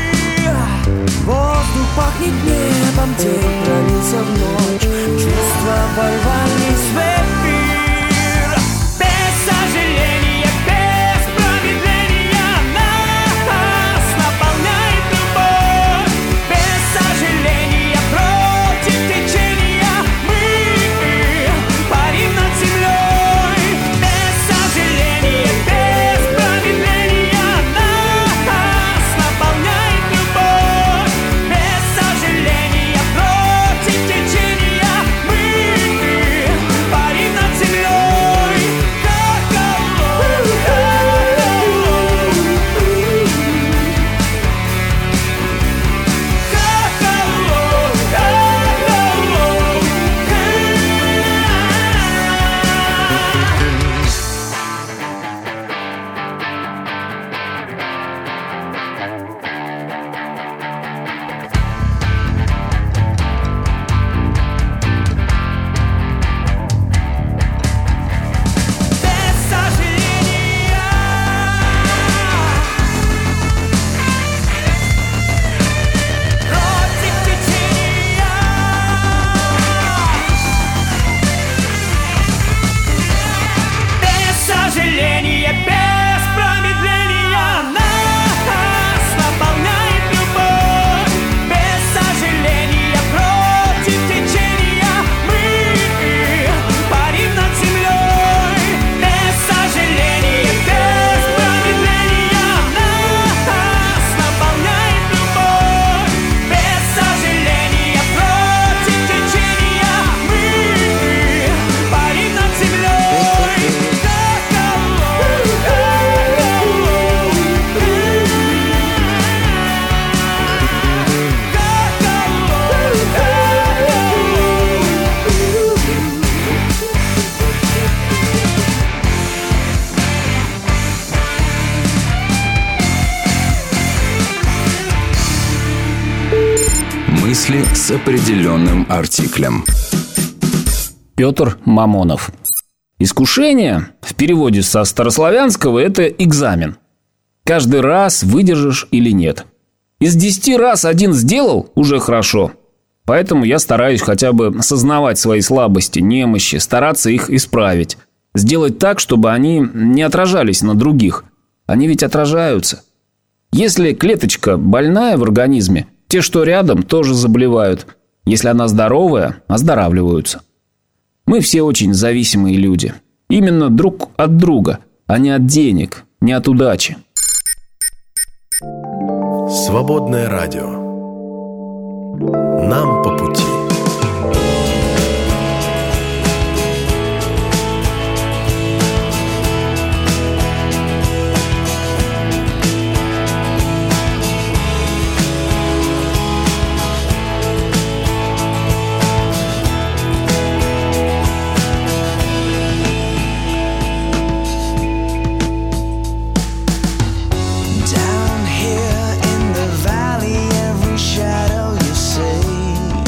Воздух пахнет небом, день пролился в ночь. Чувства ворвались в эфир. Без сожаления, без промедления нас наполняет любовь. Без сожаления, против течения мы парим над землей. Без сожаления, без промедления нас наполняет любовь. Без сожаления, против течения мы парим над землей. Без сожаления, без промедления нас наполняет любовь. Без сожаления, против течения мы парим над землей. Без сожаления, без промедления нас наполняет любовь. Без сожаления, против течения мы парим над землей. Мысли с определенным артиклем. Петр Мамонов. Искушение, в переводе со старославянского, это экзамен. Каждый раз выдержишь или нет. Из 10 раз один сделал, уже хорошо. Поэтому я стараюсь хотя бы осознавать свои слабости, немощи, стараться их исправить. Сделать так, чтобы они не отражались на других. Они ведь отражаются. Если клеточка больная в организме, те, что рядом, тоже заболевают. Если она здоровая, оздоравливаются. Мы все очень зависимые люди. Именно друг от друга, а не от денег, не от удачи. Свободное радио. Нам по пути. Down here in the valley, every shadow you see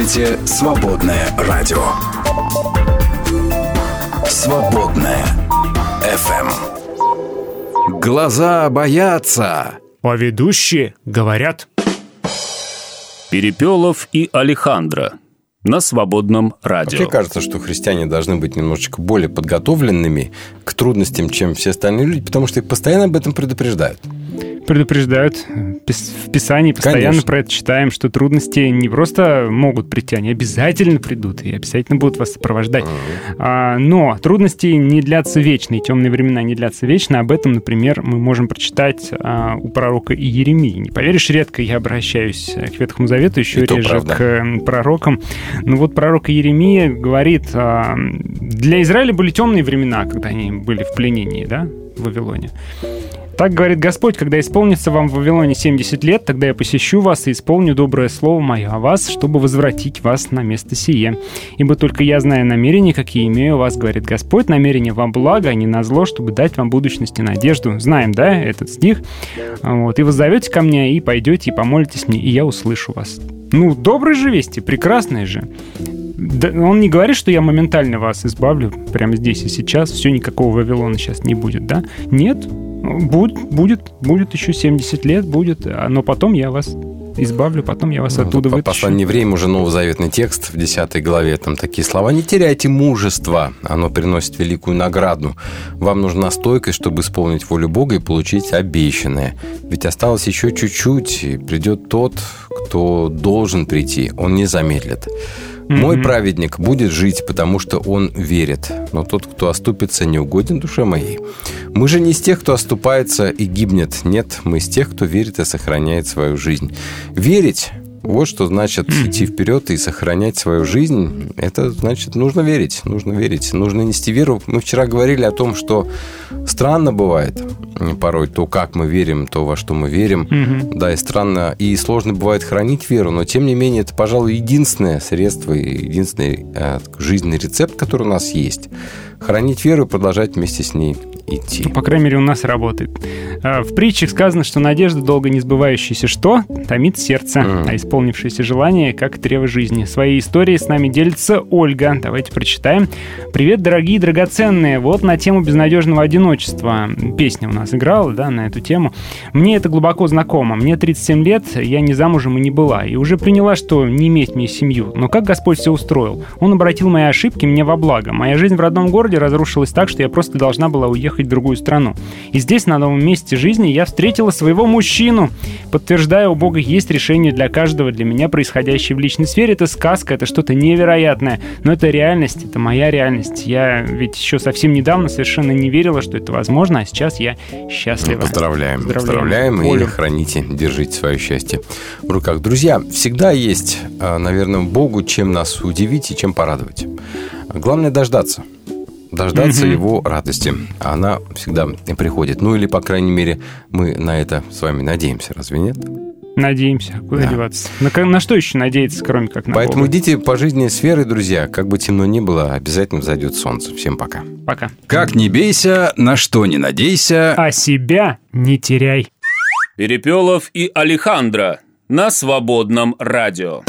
слушаете «Свободное радио». «Свободное FM». Глаза боятся, а ведущие говорят. Перепелов и Алехандро на Свободном радио. Мне кажется, что христиане должны быть немножечко более подготовленными к трудностям, чем все остальные люди, потому что их постоянно об этом предупреждают. Предупреждают. В Писании постоянно Конечно. Про это читаем, что трудности не просто могут прийти, они обязательно придут и обязательно будут вас сопровождать. Но трудности не длятся вечно, и темные времена не длятся вечно. Об этом, например, мы можем прочитать у пророка Иеремии. Не поверишь, редко я обращаюсь к Ветхому Завету, еще реже к пророкам. Но вот пророк Иеремия говорит, для Израиля были темные времена, когда они были в пленении, да, в Вавилоне. Так говорит Господь: когда исполнится вам в Вавилоне 70 лет, тогда я посещу вас и исполню доброе слово мое о вас, чтобы возвратить вас на место сие. Ибо только я знаю намерения, какие имею у вас, говорит Господь, намерения во благо, а не на зло, чтобы дать вам будущность и надежду. Знаем, да, этот стих? Вот. И вы зовете ко мне, и пойдете, и помолитесь мне, и я услышу вас. Ну, добрые же вести, прекрасные же. Он не говорит, что я моментально вас избавлю прямо здесь и сейчас, все, никакого Вавилона сейчас не будет, да? Нет, будет еще 70 лет, будет, но потом я вас избавлю, потом я вас оттуда вытащу. Послание евреям, уже новозаветный текст в 10 главе, там такие слова: «Не теряйте мужество, оно приносит великую награду. Вам нужна стойкость, чтобы исполнить волю Бога и получить обещанное. Ведь осталось еще чуть-чуть, и придет тот, кто должен прийти, он не замедлит. Мой праведник будет жить, потому что он верит, но тот, кто оступится, не угоден душе моей. Мы же не из тех, кто оступается и гибнет. Нет, мы из тех, кто верит и сохраняет свою жизнь». Верить — вот что значит идти вперед и сохранять свою жизнь. Это значит, нужно верить, нужно нести веру. Мы вчера говорили о том, что странно бывает порой то, как мы верим, то, во что мы верим. Да, и странно, и сложно бывает хранить веру, но, тем не менее, это, пожалуй, единственное средство, единственный жизненный рецепт, который у нас есть. Хранить веру и продолжать вместе с ней идти. По крайней мере, у нас работает. В притчах сказано, что надежда, долго не сбывающаяся, что? Томит сердце, а исполнившееся желание, как древо жизни. Своей историей с нами делится Ольга. Давайте прочитаем. «Привет, дорогие драгоценные. Вот на тему безнадежного одиночества. Песня у нас играла, да, на эту тему. Мне это глубоко знакомо. Мне 37 лет, я не замужем и не была. И уже приняла, что не иметь мне семью. Но как Господь все устроил? Он обратил мои ошибки мне во благо. Моя жизнь в родном городе разрушилась так, что я просто должна была уехать в другую страну. И здесь, на новом месте жизни, я встретила своего мужчину. Подтверждаю, у Бога есть решение для каждого. Для меня происходящее в личной сфере — это сказка, это что-то невероятное. Но это реальность, это моя реальность. Я ведь еще совсем недавно совершенно не верила, что это возможно, а сейчас я счастлива». Поздравляем и храните, держите свое счастье в руках. Друзья, всегда есть, наверное, Богу чем нас удивить и чем порадовать. Главное — дождаться его радости. Она всегда приходит. Ну, или, по крайней мере, мы на это с вами надеемся. Разве нет? Надеемся. Куда деваться? На что еще надеяться, кроме как на Поэтому Бога? идите по жизни с верой, друзья. Как бы темно ни было, обязательно взойдет солнце. Всем пока. Пока. Как не бейся, на что не надейся, а себя не теряй. Перепелов и Алехандро на Свободном радио.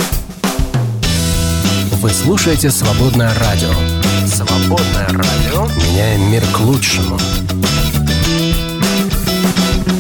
Вы слушаете «Свободное радио». «Свободное радио». Меняем мир к лучшему.